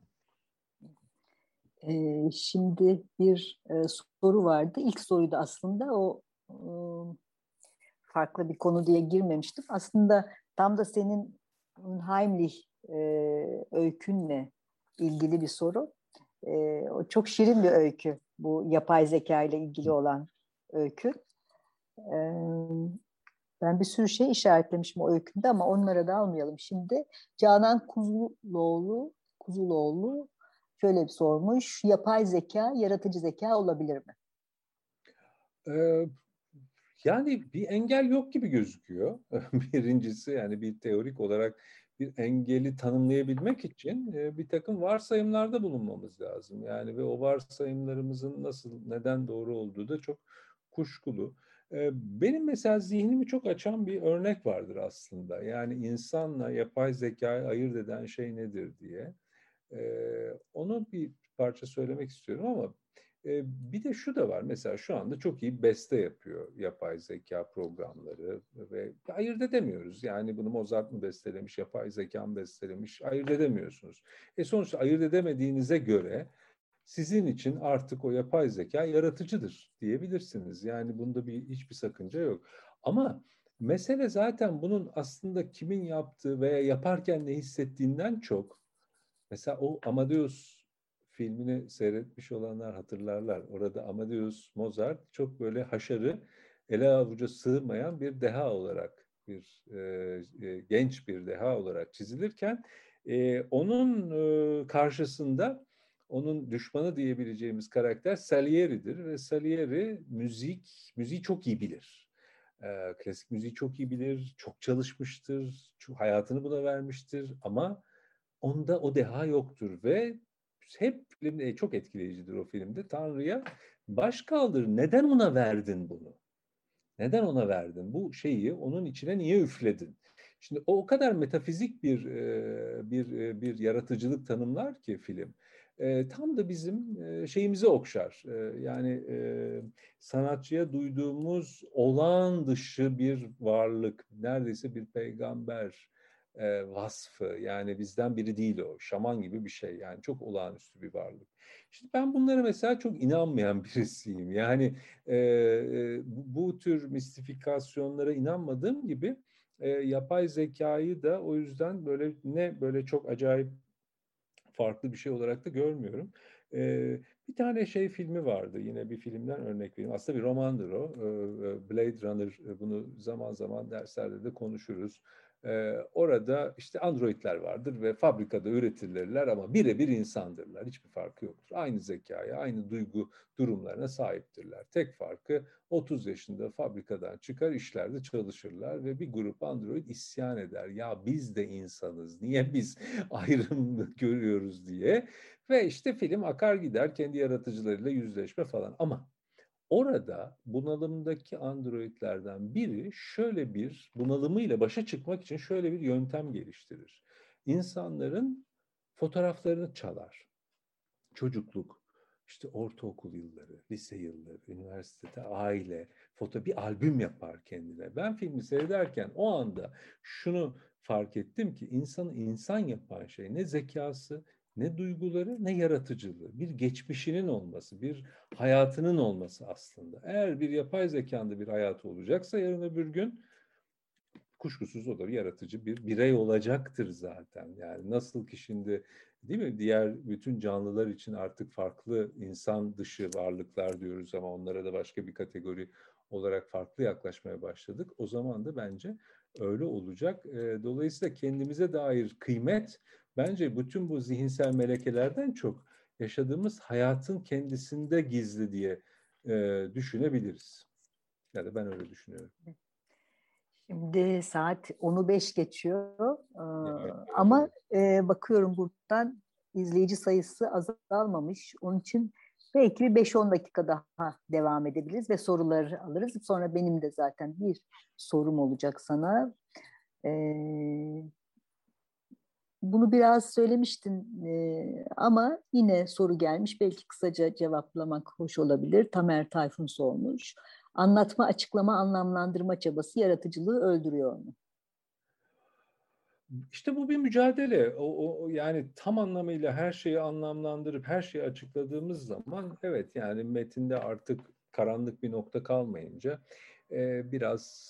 Ee, şimdi bir e, soru vardı. İlk soruydu aslında o e, farklı bir konu diye girmemiştim. Aslında tam da senin Heimlich e, öykünle ilgili bir soru. E, o çok şirin bir öykü. Bu yapay zeka ile ilgili olan öykü. E, Ben bir sürü şey işaretlemişim o öykünde ama onlara da almayalım şimdi. Canan Kuzuloğlu, Kuzuloğlu şöyle bir sormuş. Yapay zeka, yaratıcı zeka olabilir mi? Ee, Yani bir engel yok gibi gözüküyor. Birincisi, yani bir teorik olarak bir engeli tanımlayabilmek için e, bir takım varsayımlarda bulunmamız lazım. Yani ve o varsayımlarımızın nasıl, neden doğru olduğu da çok kuşkulu. E, Benim mesela zihnimi çok açan bir örnek vardır aslında. Yani insanla yapay zekayı ayırt eden şey nedir diye. E, Onu bir parça söylemek istiyorum ama e, bir de şu da var. Mesela şu anda çok iyi beste yapıyor yapay zeka programları ve ayırt edemiyoruz. Yani bunu Mozart mı bestelemiş, yapay zeka mı bestelemiş, ayırt edemiyorsunuz. E sonuçta ayırt edemediğinize göre sizin için artık o yapay zeka yaratıcıdır diyebilirsiniz. Yani bunda bir hiçbir sakınca yok. Ama mesele zaten bunun aslında kimin yaptığı veya yaparken ne hissettiğinden çok. Mesela o Amadeus filmini seyretmiş olanlar hatırlarlar. Orada Amadeus Mozart çok böyle haşarı, ele avuca sığmayan bir deha olarak, bir e, e, genç bir deha olarak çizilirken e, onun e, karşısında onun düşmanı diyebileceğimiz karakter Salieri'dir ve Salieri müzik, müziği çok iyi bilir. E, klasik müziği çok iyi bilir, çok çalışmıştır, çok, hayatını buna vermiştir ama onda o deha yoktur ve hep filmde çok etkileyicidir o filmde. Tanrı'ya baş kaldır. Neden ona verdin bunu? Neden ona verdin? Bu şeyi onun içine niye üfledin? Şimdi o o kadar metafizik bir bir bir yaratıcılık tanımlar ki film. Tam da bizim şeyimizi okşar. Yani sanatçıya duyduğumuz olağan dışı bir varlık, neredeyse bir peygamber vasfı. Yani bizden biri değil o. Şaman gibi bir şey. Yani çok olağanüstü bir varlık. Şimdi ben bunlara mesela çok inanmayan birisiyim. Yani e, bu tür mistifikasyonlara inanmadığım gibi e, yapay zekayı da o yüzden böyle ne böyle çok acayip farklı bir şey olarak da görmüyorum. E, Bir tane şey filmi vardı, yine bir filmden örnek vereyim. Aslında bir romandır o. E, Blade Runner, bunu zaman zaman derslerde de konuşuruz. Ee, orada işte androidler vardır ve fabrikada üretilirler ama birebir insandırlar. Hiçbir farkı yoktur. Aynı zekaya, aynı duygu durumlarına sahiptirler. Tek farkı otuz yaşında fabrikadan çıkar, işlerde çalışırlar ve bir grup android isyan eder. Ya biz de insanız, niye biz ayrım görüyoruz diye. Ve işte film akar gider, kendi yaratıcılarıyla yüzleşme falan. Ama orada bunalımdaki androidlerden biri şöyle bir bunalımıyla başa çıkmak için şöyle bir yöntem geliştirir. İnsanların fotoğraflarını çalar. Çocukluk, işte ortaokul yılları, lise yılları, üniversitede, aile, foto bir albüm yapar kendine. Ben filmi seyrederken o anda şunu fark ettim ki insanı insan yapan şey ne zekası, ne duyguları, ne yaratıcılığı. Bir geçmişinin olması, bir hayatının olması aslında. Eğer bir yapay zekanda bir hayatı olacaksa yarın öbür gün kuşkusuz o da bir yaratıcı bir birey olacaktır zaten. Yani nasıl ki şimdi, değil mi, diğer bütün canlılar için artık farklı insan dışı varlıklar diyoruz ama onlara da başka bir kategori olarak farklı yaklaşmaya başladık. O zaman da bence öyle olacak. Dolayısıyla kendimize dair kıymet bence bütün bu zihinsel melekelerden çok yaşadığımız hayatın kendisinde gizli diye düşünebiliriz. Ya da ben öyle düşünüyorum. Şimdi saat onu beş geçiyor. Ya, Ee, evet, ama evet. e, bakıyorum buradan izleyici sayısı azalmamış. Onun için Belki bir beş on dakika daha devam edebiliriz ve soruları alırız. Sonra benim de zaten bir sorum olacak sana. Ee, bunu biraz söylemiştin ee, ama yine soru gelmiş. Belki kısaca cevaplamak hoş olabilir. Tamer Tayfun sormuş. Anlatma, açıklama, anlamlandırma çabası yaratıcılığı öldürüyor mu? İşte bu bir mücadele. O, o yani tam anlamıyla her şeyi anlamlandırıp her şeyi açıkladığımız zaman evet yani metinde artık karanlık bir nokta kalmayınca e, biraz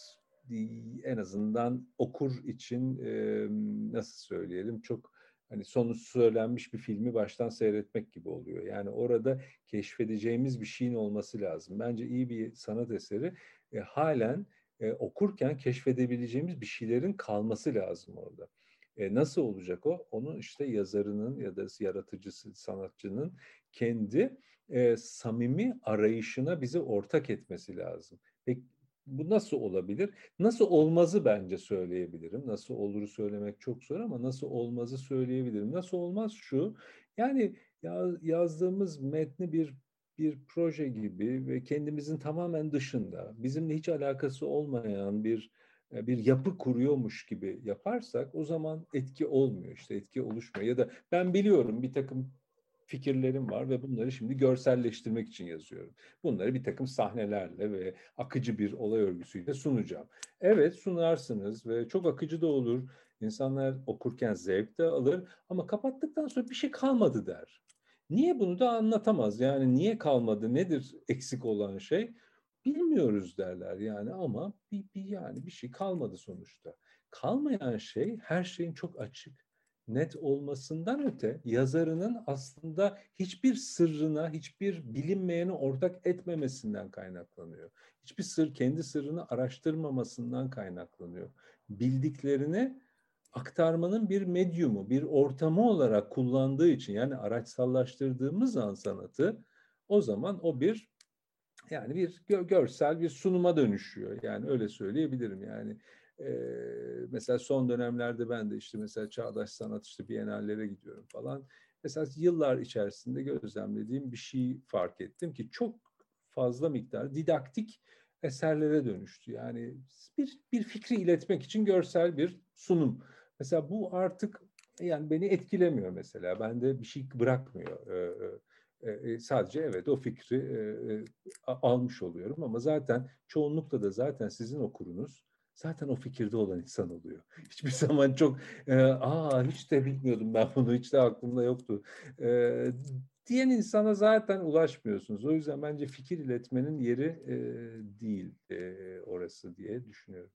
en azından okur için e, nasıl söyleyelim çok hani sonu söylenmiş bir filmi baştan seyretmek gibi oluyor. Yani orada keşfedeceğimiz bir şeyin olması lazım. Bence iyi bir sanat eseri e, halen e, okurken keşfedebileceğimiz bir şeylerin kalması lazım orada. E, nasıl olacak o? Onun işte yazarının ya da yaratıcısı, sanatçının kendi e, samimi arayışına bizi ortak etmesi lazım. Peki bu nasıl olabilir? Nasıl olmazı bence söyleyebilirim. Nasıl oluru söylemek çok zor ama nasıl olmazı söyleyebilirim. Nasıl olmaz şu, yani ya, yazdığımız metni bir bir proje gibi ve kendimizin tamamen dışında, bizimle hiç alakası olmayan bir bir yapı kuruyormuş gibi yaparsak o zaman etki olmuyor, işte etki oluşmuyor. Ya da ben biliyorum bir takım fikirlerim var ve bunları şimdi görselleştirmek için yazıyorum. Bunları bir takım sahnelerle ve akıcı bir olay örgüsüyle sunacağım. Evet sunarsınız ve çok akıcı da olur. İnsanlar okurken zevk de alır ama kapattıktan sonra bir şey kalmadı der. Niye bunu da anlatamaz? Yani niye kalmadı? Nedir eksik olan şey? Bilmiyoruz derler yani ama bir, bir yani bir şey kalmadı sonuçta. Kalmayan şey her şeyin çok açık, net olmasından öte yazarının aslında hiçbir sırrına, hiçbir bilinmeyeni ortak etmemesinden kaynaklanıyor. Hiçbir sır kendi sırrını araştırmamasından kaynaklanıyor. Bildiklerini aktarmanın bir medyumu, bir ortamı olarak kullandığı için yani araçsallaştırdığımız an sanatı o zaman o bir yani bir gö- görsel bir sunuma dönüşüyor. Yani öyle söyleyebilirim. Yani e, mesela son dönemlerde ben de işte mesela çağdaş sanat işte bienallere gidiyorum falan. Mesela yıllar içerisinde gözlemlediğim bir şey fark ettim ki çok fazla miktar didaktik eserlere dönüştü. Yani bir bir fikri iletmek için görsel bir sunum. Mesela bu artık yani beni etkilemiyor mesela. Bende bir şey bırakmıyor. Ee, e, sadece evet o fikri e, e, almış oluyorum ama zaten çoğunlukla da zaten sizin okurunuz zaten o fikirde olan insan oluyor. Hiçbir zaman çok e, aa hiç de bilmiyordum ben bunu hiç de aklımda yoktu e, diyen insana zaten ulaşmıyorsunuz. O yüzden bence fikir iletmenin yeri e, değil e, orası diye düşünüyorum.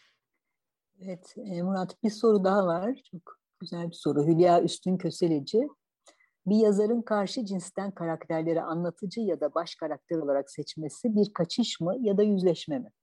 Evet e, Murat bir soru daha var. Çok güzel bir soru. Hülya Üstün Köseleci. Bir yazarın karşı cinsten karakterleri anlatıcı ya da baş karakter olarak seçmesi bir kaçış mı ya da yüzleşme mi?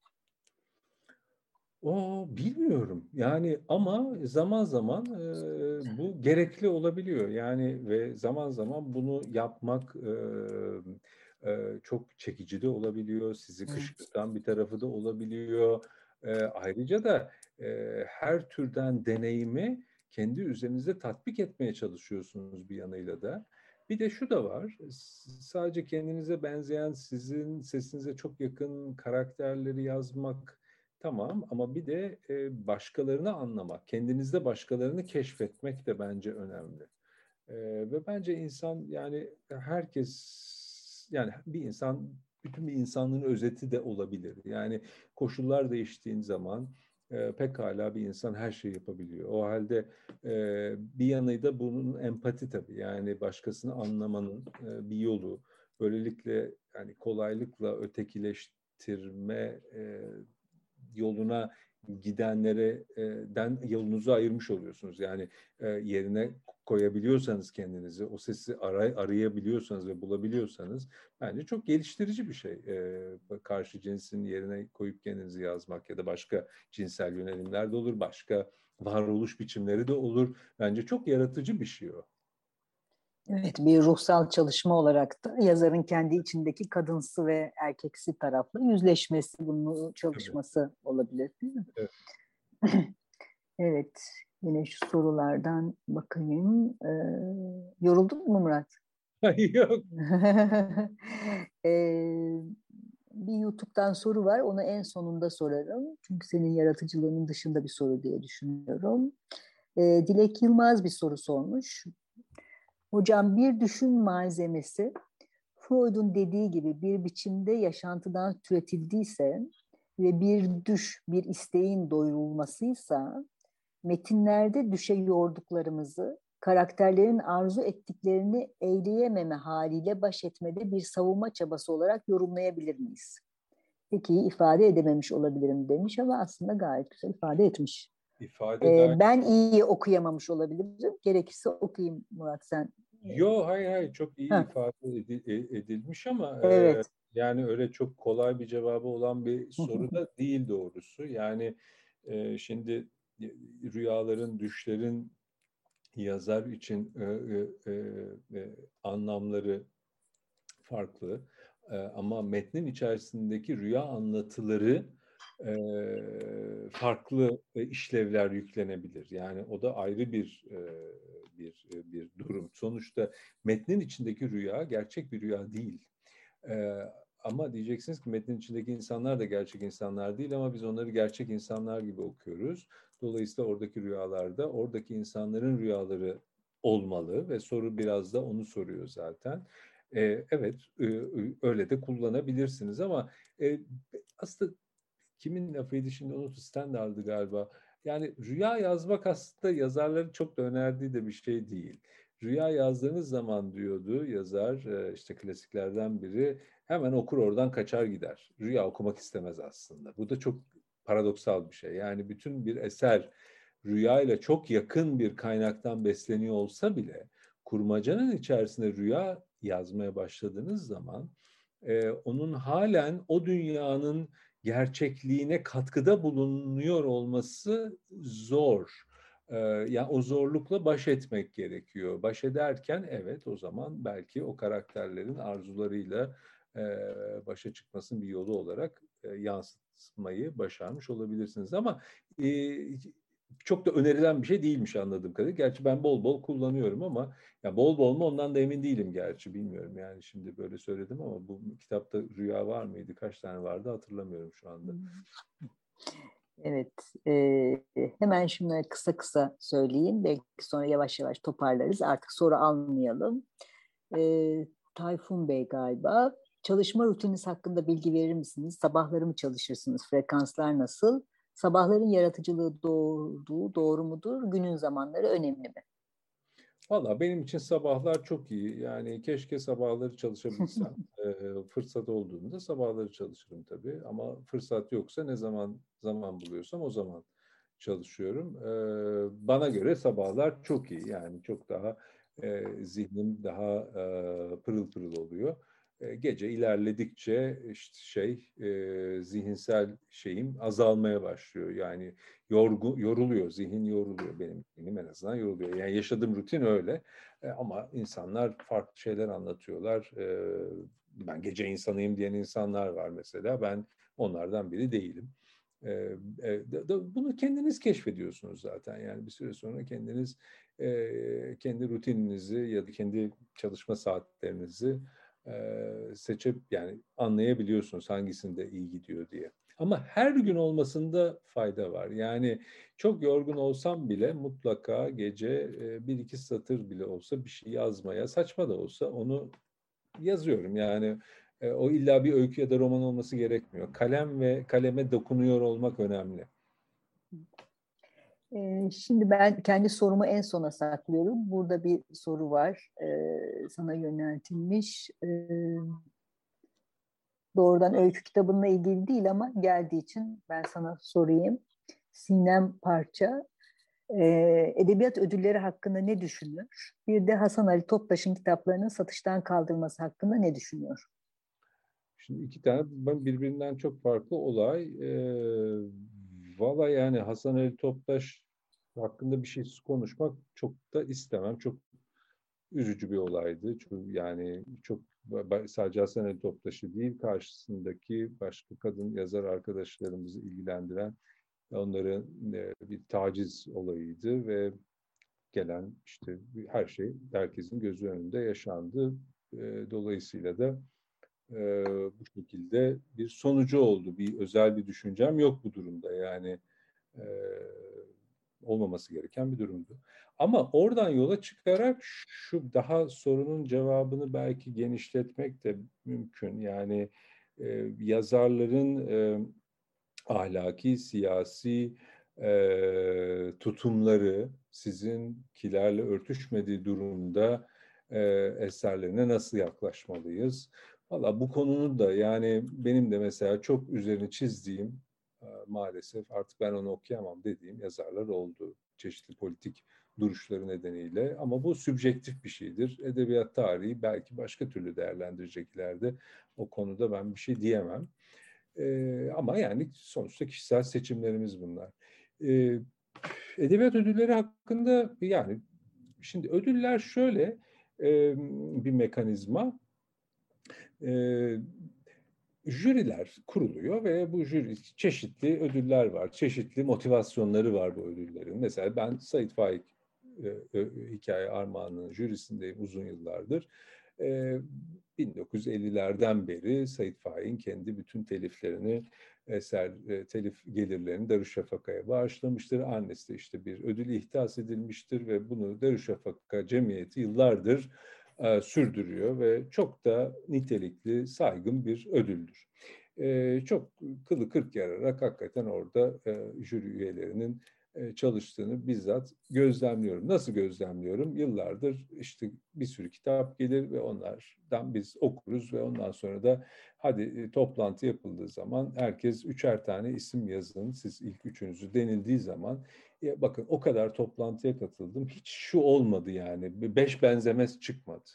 O bilmiyorum yani ama zaman zaman e, bu gerekli olabiliyor yani ve zaman zaman bunu yapmak e, e, çok çekici de olabiliyor, sizi Evet. kışkırtan bir tarafı da olabiliyor. E, ayrıca da e, her türden deneyimi kendi üzerinizde tatbik etmeye çalışıyorsunuz bir yanıyla da. Bir de şu da var, sadece kendinize benzeyen, sizin sesinize çok yakın karakterleri yazmak tamam ama bir de e, başkalarını anlamak, kendinizde başkalarını keşfetmek de bence önemli. E, ve bence insan yani herkes yani bir insan bütün bir insanlığın özeti de olabilir. Yani koşullar değiştiğin zaman e, pekala bir insan her şeyi yapabiliyor. O halde e, bir yanı da bunun empati tabii. Yani başkasını anlamanın e, bir yolu. Böylelikle yani kolaylıkla ötekileştirme e, yoluna gidenlerden yolunuzu ayırmış oluyorsunuz. Yani e, yerine koyabiliyorsanız kendinizi, o sesi aray, arayabiliyorsanız ve bulabiliyorsanız bence çok geliştirici bir şey. E, karşı cinsin yerine koyup kendinizi yazmak ya da başka cinsel yönelimler de olur, başka varoluş biçimleri de olur. Bence çok yaratıcı bir şey o. Evet, bir ruhsal çalışma olarak da yazarın kendi içindeki kadınsı ve erkeksi tarafla yüzleşmesi, bunun Tabii. çalışması olabilir, değil mi? Evet. Evet, yine şu sorulardan bakayım. Ee, yoruldun mu Murat? Yok. Ee, bir YouTube'dan soru var. Onu en sonunda sorarım. Çünkü senin yaratıcılığının dışında bir soru diye düşünüyorum. Ee, Dilek Yılmaz bir soru sormuş. Hocam, bir düşün malzemesi Freud'un dediği gibi bir biçimde yaşantıdan türetildiyse ve bir düş, bir isteğin doyurulmasıysa, metinlerde düşe yorduklarımızı karakterlerin arzu ettiklerini eyleyememe haliyle baş etmede bir savunma çabası olarak yorumlayabilir miyiz? Peki ifade edememiş olabilirim demiş ama aslında gayet güzel ifade etmiş. İfade Ee, gayet... ben iyi okuyamamış olabilirim. Gerekirse okuyayım Murat, sen. Yo, hayır hayır, çok iyi Ha, ifade edilmiş ama e, evet. yani öyle çok kolay bir cevabı olan bir soru da değil doğrusu. Yani e, şimdi rüyaların, düşlerin yazar için e, e, e, anlamları farklı. E, ama metnin içerisindeki rüya anlatıları e, farklı e, işlevler yüklenebilir. Yani o da ayrı bir e, bir bir durum. Sonuçta metnin içindeki rüya gerçek bir rüya değil. E, ama diyeceksiniz ki metnin içindeki insanlar da gerçek insanlar değil ama biz onları gerçek insanlar gibi okuyoruz. Dolayısıyla oradaki rüyalarda oradaki insanların rüyaları olmalı ve soru biraz da onu soruyor zaten. E, evet, e, öyle de kullanabilirsiniz ama e, aslında kimin lafıydı şimdi unuttum, Stendhal'dı galiba. Yani rüya yazmak aslında yazarların çok da önerdiği de bir şey değil. Rüya yazdığınız zaman diyordu yazar, e, işte klasiklerden biri, hemen okur oradan kaçar gider. Rüya okumak istemez aslında. Bu da çok paradoksal bir şey. Yani bütün bir eser rüya ile çok yakın bir kaynaktan besleniyor olsa bile kurmacanın içerisinde rüya yazmaya başladığınız zaman e, onun halen o dünyanın gerçekliğine katkıda bulunuyor olması zor. Ee, yani o zorlukla baş etmek gerekiyor. Baş ederken evet, o zaman belki o karakterlerin arzularıyla e, başa çıkmasının bir yolu olarak e, yansıtmayı başarmış olabilirsiniz. Ama e, çok da önerilen bir şey değilmiş anladığım kadarıyla. Gerçi ben bol bol kullanıyorum ama ya bol bol mu ondan da emin değilim gerçi, bilmiyorum. Yani şimdi böyle söyledim ama bu kitapta rüya var mıydı? Kaç tane vardı hatırlamıyorum şu anda. Evet, e, hemen şunları kısa kısa söyleyeyim. Belki sonra yavaş yavaş toparlarız. Artık soru almayalım. E, Tayfun Bey galiba. Çalışma rutininiz hakkında bilgi verir misiniz? Sabahları mı çalışırsınız? Frekanslar nasıl? Sabahların yaratıcılığı doğru, doğru mudur? Günün zamanları önemli mi? Valla benim için sabahlar çok iyi. Yani keşke sabahları çalışabilsem. Ee, fırsat olduğunda sabahları çalışırım tabii. Ama fırsat yoksa ne zaman zaman buluyorsam o zaman çalışıyorum. Ee, bana göre sabahlar çok iyi. Yani çok daha e, zihnim daha e, pırıl pırıl oluyor. E, gece ilerledikçe işte şey e, zihinsel şeyim azalmaya başlıyor. Yani yorgu, yoruluyor, zihin yoruluyor, benim zihnim en azından yoruluyor. Yani yaşadığım rutin öyle. E, ama insanlar farklı şeyler anlatıyorlar. E, ben gece insanıyım diyen insanlar var mesela. Ben onlardan biri değilim. E, e, de, de, bunu kendiniz keşfediyorsunuz zaten. Yani bir süre sonra kendiniz e, kendi rutininizi ya da kendi çalışma saatlerinizi e, seçip yani anlayabiliyorsunuz hangisinde iyi gidiyor diye. Ama her gün olmasında fayda var. Yani çok yorgun olsam bile mutlaka gece e, bir iki satır bile olsa bir şey yazmaya, saçma da olsa onu yazıyorum. Yani e, o illa bir öykü ya da roman olması gerekmiyor. Kalem ve kaleme dokunuyor olmak önemli. Ee, Şimdi ben kendi sorumu en sona saklıyorum. Burada bir soru var, ee, sana yöneltilmiş. Ee, doğrudan öykü kitabınla ilgili değil ama geldiği için ben sana sorayım. Sinem Parça, ee, edebiyat ödülleri hakkında ne düşünür? Bir de Hasan Ali Toptaş'ın kitaplarının satıştan kaldırılması hakkında ne düşünüyor? Şimdi iki tane birbirinden çok farklı olay. Ee, valla yani Hasan Ali Toptaş hakkında bir şey konuşmak çok da istemem. Çok üzücü bir olaydı. Çok, yani çok sadece Hasan Ali Toptaş'ı değil, karşısındaki başka kadın yazar arkadaşlarımızı ilgilendiren onların e, bir taciz olayıydı ve gelen işte her şey herkesin gözü önünde yaşandı. E, dolayısıyla da e, bu şekilde bir sonucu oldu. Bir özel bir düşüncem yok bu durumda. Yani e, olmaması gereken bir durumdu. Ama oradan yola çıkarak şu daha sorunun cevabını belki genişletmek de mümkün. Yani e, yazarların e, ahlaki, siyasi e, tutumları sizinkilerle örtüşmediği durumda e, eserlerine nasıl yaklaşmalıyız? Valla bu konunun da yani benim de mesela çok üzerine çizdiğim e, maalesef artık ben onu okuyamam dediğim yazarlar oldu. Çeşitli politik duruşları nedeniyle ama bu sübjektif bir şeydir. Edebiyat tarihi belki başka türlü değerlendireceklerdi. O konuda ben bir şey diyemem. Ee, ama yani sonuçta kişisel seçimlerimiz bunlar. Ee, edebiyat ödülleri hakkında yani şimdi ödüller şöyle e, bir mekanizma. E, jüriler kuruluyor ve bu jüri çeşitli ödüller var, çeşitli motivasyonları var bu ödüllerin. Mesela ben Sait Faik e, e, Hikaye Armağanı'nın jürisindeyim uzun yıllardır. E, bin dokuz yüz ellilerden beri Sait Faik'in kendi bütün teliflerini, eser e, telif gelirlerini Darüşşafaka'ya bağışlamıştır. Annesi de işte bir ödül ihdas edilmiştir ve bunu Darüşşafaka Cemiyeti yıllardır e, sürdürüyor ve çok da nitelikli, saygın bir ödüldür. E, çok kılı kırk yararak hakikaten orada e, jüri üyelerinin e, çalıştığını bizzat gözlemliyorum. Nasıl gözlemliyorum? Yıllardır işte bir sürü kitap gelir ve onlardan biz okuruz ve ondan sonra da hadi e, toplantı yapıldığı zaman herkes üçer tane isim yazın, siz ilk üçünüzü denildiği zaman ya bakın o kadar toplantıya katıldım. Hiç şu olmadı yani. Beş benzemez çıkmadı.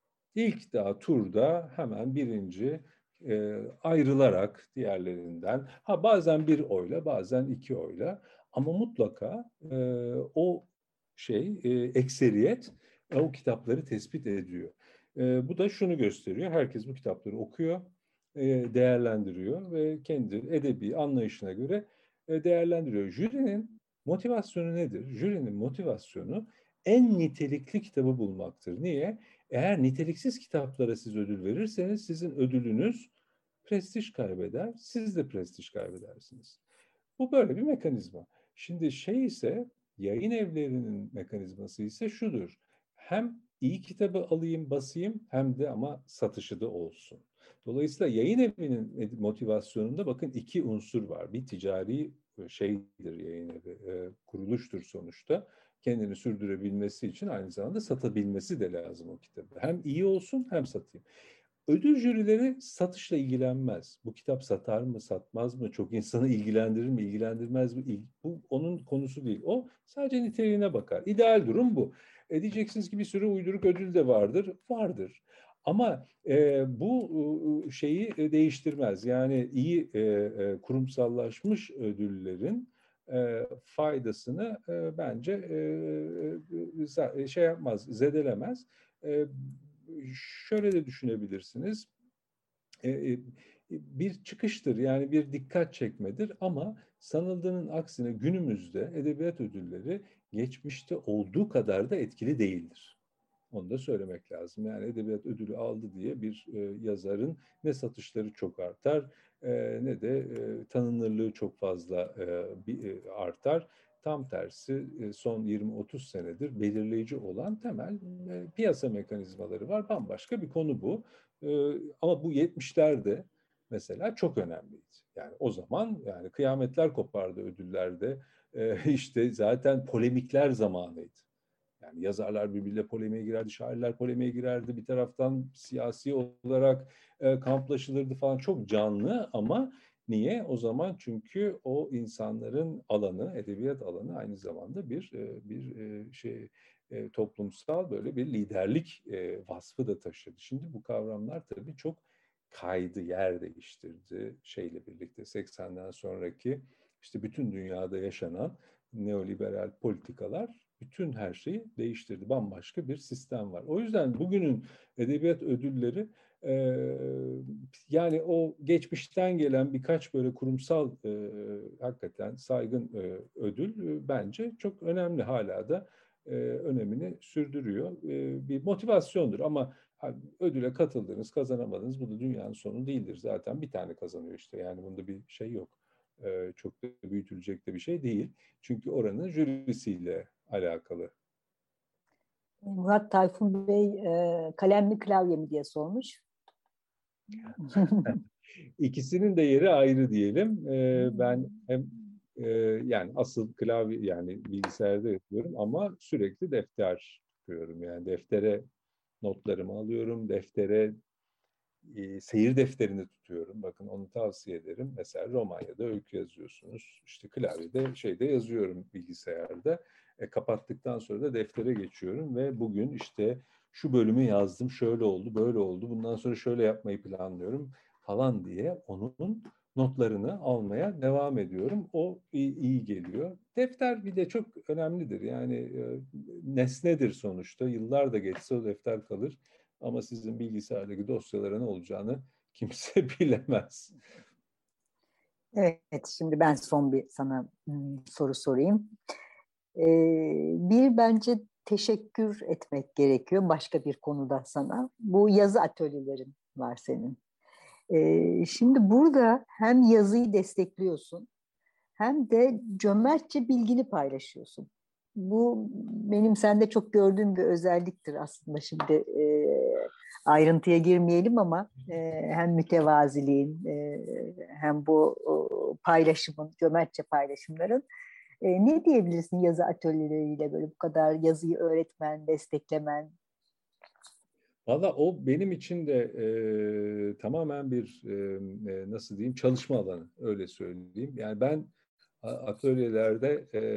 İlk daha turda hemen birinci e, ayrılarak diğerlerinden ha bazen bir oyla bazen iki oyla ama mutlaka e, o şey e, ekseriyet e, o kitapları tespit ediyor. E, bu da şunu gösteriyor. Herkes bu kitapları okuyor, e, değerlendiriyor ve kendi edebi anlayışına göre e, değerlendiriyor. Jürinin motivasyonu nedir? Jürinin motivasyonu en nitelikli kitabı bulmaktır. Niye? Eğer niteliksiz kitaplara siz ödül verirseniz sizin ödülünüz prestij kaybeder, siz de prestij kaybedersiniz. Bu böyle bir mekanizma. Şimdi şey ise yayın evlerinin mekanizması ise şudur. Hem iyi kitabı alayım basayım hem de ama satışı da olsun. Dolayısıyla yayın evinin motivasyonunda bakın iki unsur var. Bir ticari şeydir yayın evi, kuruluştur sonuçta. Kendini sürdürebilmesi için aynı zamanda satabilmesi de lazım o kitabı. Hem iyi olsun hem satayım. Ödül jürileri satışla ilgilenmez. Bu kitap satar mı, satmaz mı, çok insanı ilgilendirir mi, ilgilendirmez mi? Bu onun konusu değil. O sadece niteliğine bakar. İdeal durum bu. E diyeceksiniz ki bir sürü uyduruk ödül de vardır. Vardır. Ama e, bu şeyi değiştirmez. Yani iyi e, e, kurumsallaşmış ödüllerin e, faydasını e, bence e, e, şey yapmaz, zedelemez. E, şöyle de düşünebilirsiniz. E, bir çıkıştır yani bir dikkat çekmedir ama sanıldığının aksine günümüzde edebiyat ödülleri geçmişte olduğu kadar da etkili değildir. Onu da söylemek lazım. Yani edebiyat ödülü aldı diye bir e, yazarın ne satışları çok artar e, ne de e, tanınırlığı çok fazla e, bir, e, artar. Tam tersi e, son yirmi otuz senedir belirleyici olan temel e, piyasa mekanizmaları var. Bambaşka bir konu bu. E, ama bu yetmişlerde mesela çok önemliydi. Yani o zaman yani kıyametler kopardı ödüllerde. E, işte zaten polemikler zamanıydı. Yani yazarlar birbiriyle polemiğe girerdi, şairler polemiğe girerdi. Bir taraftan siyasi olarak e, kamplaşılırdı falan. Çok canlı ama niye? O zaman çünkü o insanların alanı, edebiyat alanı aynı zamanda bir e, bir e, şey e, toplumsal böyle bir liderlik e, vasfı da taşıdı. Şimdi bu kavramlar tabii çok kaydı, yer değiştirdi şeyle birlikte seksenden sonraki işte bütün dünyada yaşanan neoliberal politikalar bütün her şeyi değiştirdi. Bambaşka bir sistem var. O yüzden bugünün edebiyat ödülleri e, yani o geçmişten gelen birkaç böyle kurumsal e, hakikaten saygın e, ödül e, bence çok önemli hala da e, önemini sürdürüyor. E, bir motivasyondur ama ödüle katıldınız, kazanamadınız. Bu da dünyanın sonu değildir. Zaten bir tane kazanıyor işte. Yani bunda bir şey yok. Ee, çok da büyütülecek de bir şey değil. Çünkü oranın jürisiyle alakalı. Murat Tayfun Bey e, kalem mi klavye mi diye sormuş. İkisinin de yeri ayrı diyelim. Ee, ben hem e, yani asıl klavye yani bilgisayarda yapıyorum ama sürekli defter tutuyorum. Yani deftere notlarımı alıyorum, deftere e, seyir defterini tutuyorum. Bakın onu tavsiye ederim. Mesela Romanya'da öykü yazıyorsunuz. İşte klavyede şeyde yazıyorum bilgisayarda. E, kapattıktan sonra da deftere geçiyorum ve bugün işte şu bölümü yazdım, şöyle oldu, böyle oldu. Bundan sonra şöyle yapmayı planlıyorum falan diye onun notlarını almaya devam ediyorum. O iyi, iyi geliyor. Defter bir de çok önemlidir. Yani e, nesnedir sonuçta. Yıllar da geçse o defter kalır. Ama sizin bilgisayardaki dosyalara ne olacağını kimse bilemez. Evet, şimdi ben son bir sana hmm, soru sorayım. Ee, bir bence teşekkür etmek gerekiyor başka bir konuda sana. Bu yazı atölyelerin var senin. Ee, şimdi burada hem yazıyı destekliyorsun hem de cömertçe bilgini paylaşıyorsun. Bu benim sende çok gördüğüm bir özelliktir aslında. Şimdi e, ayrıntıya girmeyelim ama e, hem mütevaziliğin e, hem bu o, paylaşımın, cömertçe paylaşımların. E, ne diyebilirsin yazı atölyeleriyle böyle bu kadar yazıyı öğretmen, desteklemen? Valla o benim için de e, tamamen bir e, nasıl diyeyim çalışma alanı öyle söyleyeyim. Yani ben atölyelerde e,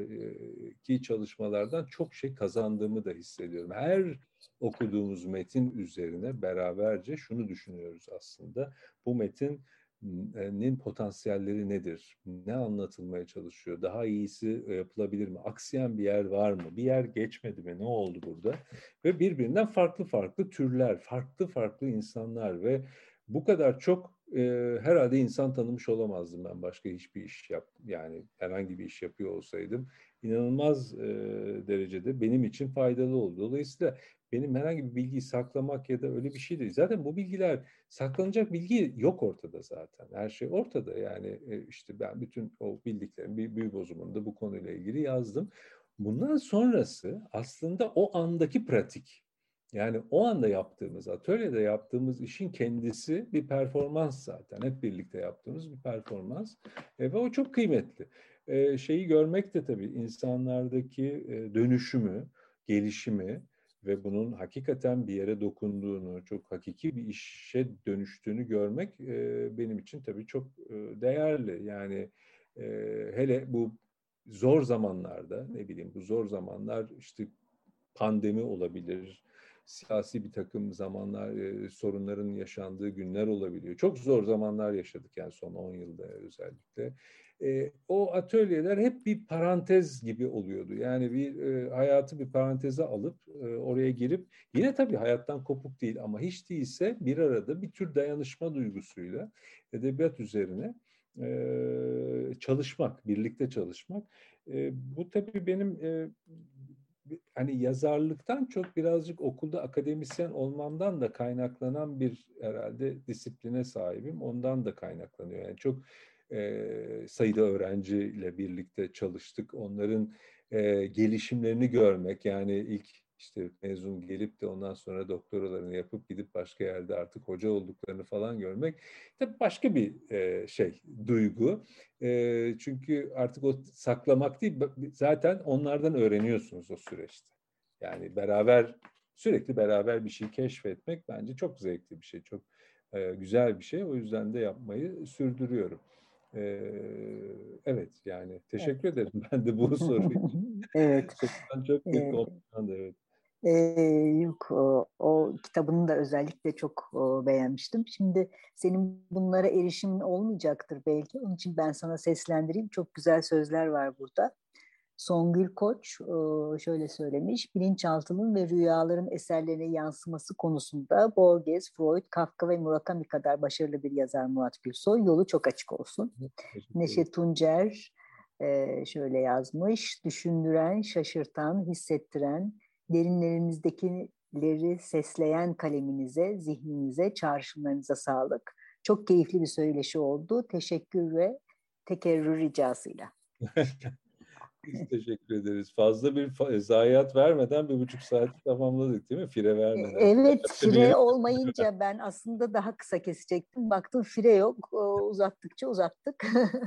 ki çalışmalardan çok şey kazandığımı da hissediyorum. Her okuduğumuz metin üzerine beraberce şunu düşünüyoruz aslında. Bu metinin potansiyelleri nedir? Ne anlatılmaya çalışıyor? Daha iyisi yapılabilir mi? Aksayan bir yer var mı? Bir yer geçmedi mi? Ne oldu burada? Ve birbirinden farklı farklı türler, farklı farklı insanlar ve bu kadar çok e, herhalde insan tanımış olamazdım ben başka hiçbir iş yap yani herhangi bir iş yapıyor olsaydım inanılmaz e, derecede benim için faydalı oldu. Dolayısıyla benim herhangi bir bilgiyi saklamak ya da öyle bir şey değil. Zaten bu bilgiler saklanacak bilgi yok ortada zaten. Her şey ortada yani e, işte ben bütün o bildiklerimi bir büyü bozumunda bu konuyla ilgili yazdım. Bundan sonrası aslında o andaki pratik. Yani o anda yaptığımız, atölyede yaptığımız işin kendisi bir performans zaten. Hep birlikte yaptığımız bir performans. E, ve o çok kıymetli. E, şeyi görmek de tabii insanlardaki e, dönüşümü, gelişimi ve bunun hakikaten bir yere dokunduğunu, çok hakiki bir işe dönüştüğünü görmek e, benim için tabii çok e, değerli. Yani e, hele bu zor zamanlarda, ne bileyim bu zor zamanlar işte pandemi olabilir, siyasi bir takım zamanlar, e, sorunların yaşandığı günler olabiliyor. Çok zor zamanlar yaşadık yani son on yılda özellikle. E, o atölyeler hep bir parantez gibi oluyordu. Yani bir e, hayatı bir paranteze alıp e, oraya girip yine tabii hayattan kopuk değil ama hiç değilse bir arada bir tür dayanışma duygusuyla edebiyat üzerine e, çalışmak, birlikte çalışmak. E, bu tabii benim e, hani yazarlıktan çok birazcık okulda akademisyen olmamdan da kaynaklanan bir herhalde disipline sahibim. Ondan da kaynaklanıyor. Yani çok e, sayıda öğrenciyle birlikte çalıştık. Onların e, gelişimlerini görmek yani ilk işte mezun gelip de ondan sonra doktoralarını yapıp gidip başka yerde artık hoca olduklarını falan görmek tabii başka bir e, şey, duygu. E, çünkü artık o saklamak değil, zaten onlardan öğreniyorsunuz o süreçte. Yani beraber, sürekli beraber bir şey keşfetmek bence çok zevkli bir şey, çok e, güzel bir şey. O yüzden de yapmayı sürdürüyorum. E, evet, yani Evet. teşekkür ederim ben de bu soruyu. Evet. Sorudan çok Ee, komplikandı, evet. e, yok, o, o kitabını da özellikle çok o, beğenmiştim. Şimdi senin bunlara erişimin olmayacaktır belki. Onun için ben sana seslendireyim. Çok güzel sözler var burada. Songül Koç e, şöyle söylemiş, bilinçaltının ve rüyaların eserlerine yansıması konusunda Borges, Freud, Kafka ve Murakami kadar başarılı bir yazar Murat Gülsoy. Yolu çok açık olsun. Teşekkür ederim. Neşet Tuncer e, şöyle yazmış, düşündüren, şaşırtan, hissettiren, derinlerimizdeki leri sesleyen kaleminize, zihninize, çağrışımlarınıza sağlık. Çok keyifli bir söyleşi oldu. Teşekkür ve tekerrür ricasıyla. Biz teşekkür ederiz. Fazla bir fa- zayiat vermeden bir buçuk saati tamamladık değil mi? Fire vermeden. Evet, fire olmayınca ben aslında daha kısa kesecektim. Baktım fire yok. Uzattıkça uzattık.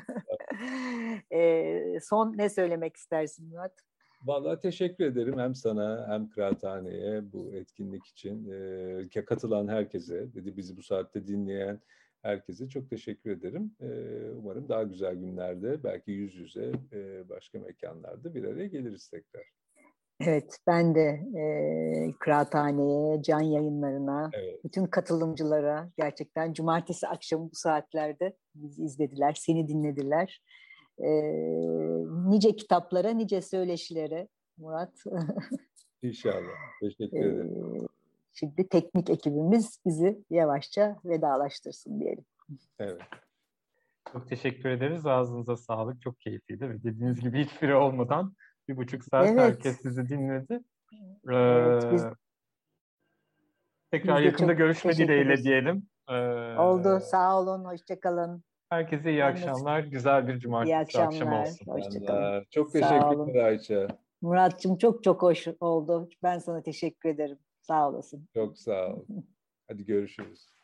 e, son ne söylemek istersin Murat? Vallahi teşekkür ederim hem sana hem Kıraathane'ye bu etkinlik için. E, katılan herkese, dedi bizi bu saatte dinleyen herkese çok teşekkür ederim. E, umarım daha güzel günlerde, belki yüz yüze e, başka mekanlarda bir araya geliriz tekrar. Evet, ben de e, Kıraathane'ye, Can Yayınları'na, Evet. bütün katılımcılara gerçekten cumartesi akşamı bu saatlerde bizi izlediler, seni dinlediler. E, nice kitaplara, nice söyleşilere Murat. İnşallah. Teşekkür e, ederim. Şimdi teknik ekibimiz bizi yavaşça vedalaştırsın diyelim. Evet. Çok teşekkür ederiz. Ağzınıza sağlık. Çok keyifliydi. Ve dediğiniz gibi hiç süre olmadan bir buçuk saat Evet. herkes sizi dinledi. Ee, Evet, biz, tekrar biz de yakında çok görüşme teşekkür dileğiyle ederiz. diyelim. Ee, Oldu. Sağ olun. Hoşça kalın. herkese iyi Ben de- akşamlar. Güzel bir İyi cumartesi akşamı akşamlar. olsun. Hoşça kalın. Çok Sağ olun. teşekkürler Ayça. Murat'cığım çok çok hoş oldu. Ben sana teşekkür ederim. Sağ olasın. Çok sağ ol. Hadi görüşürüz.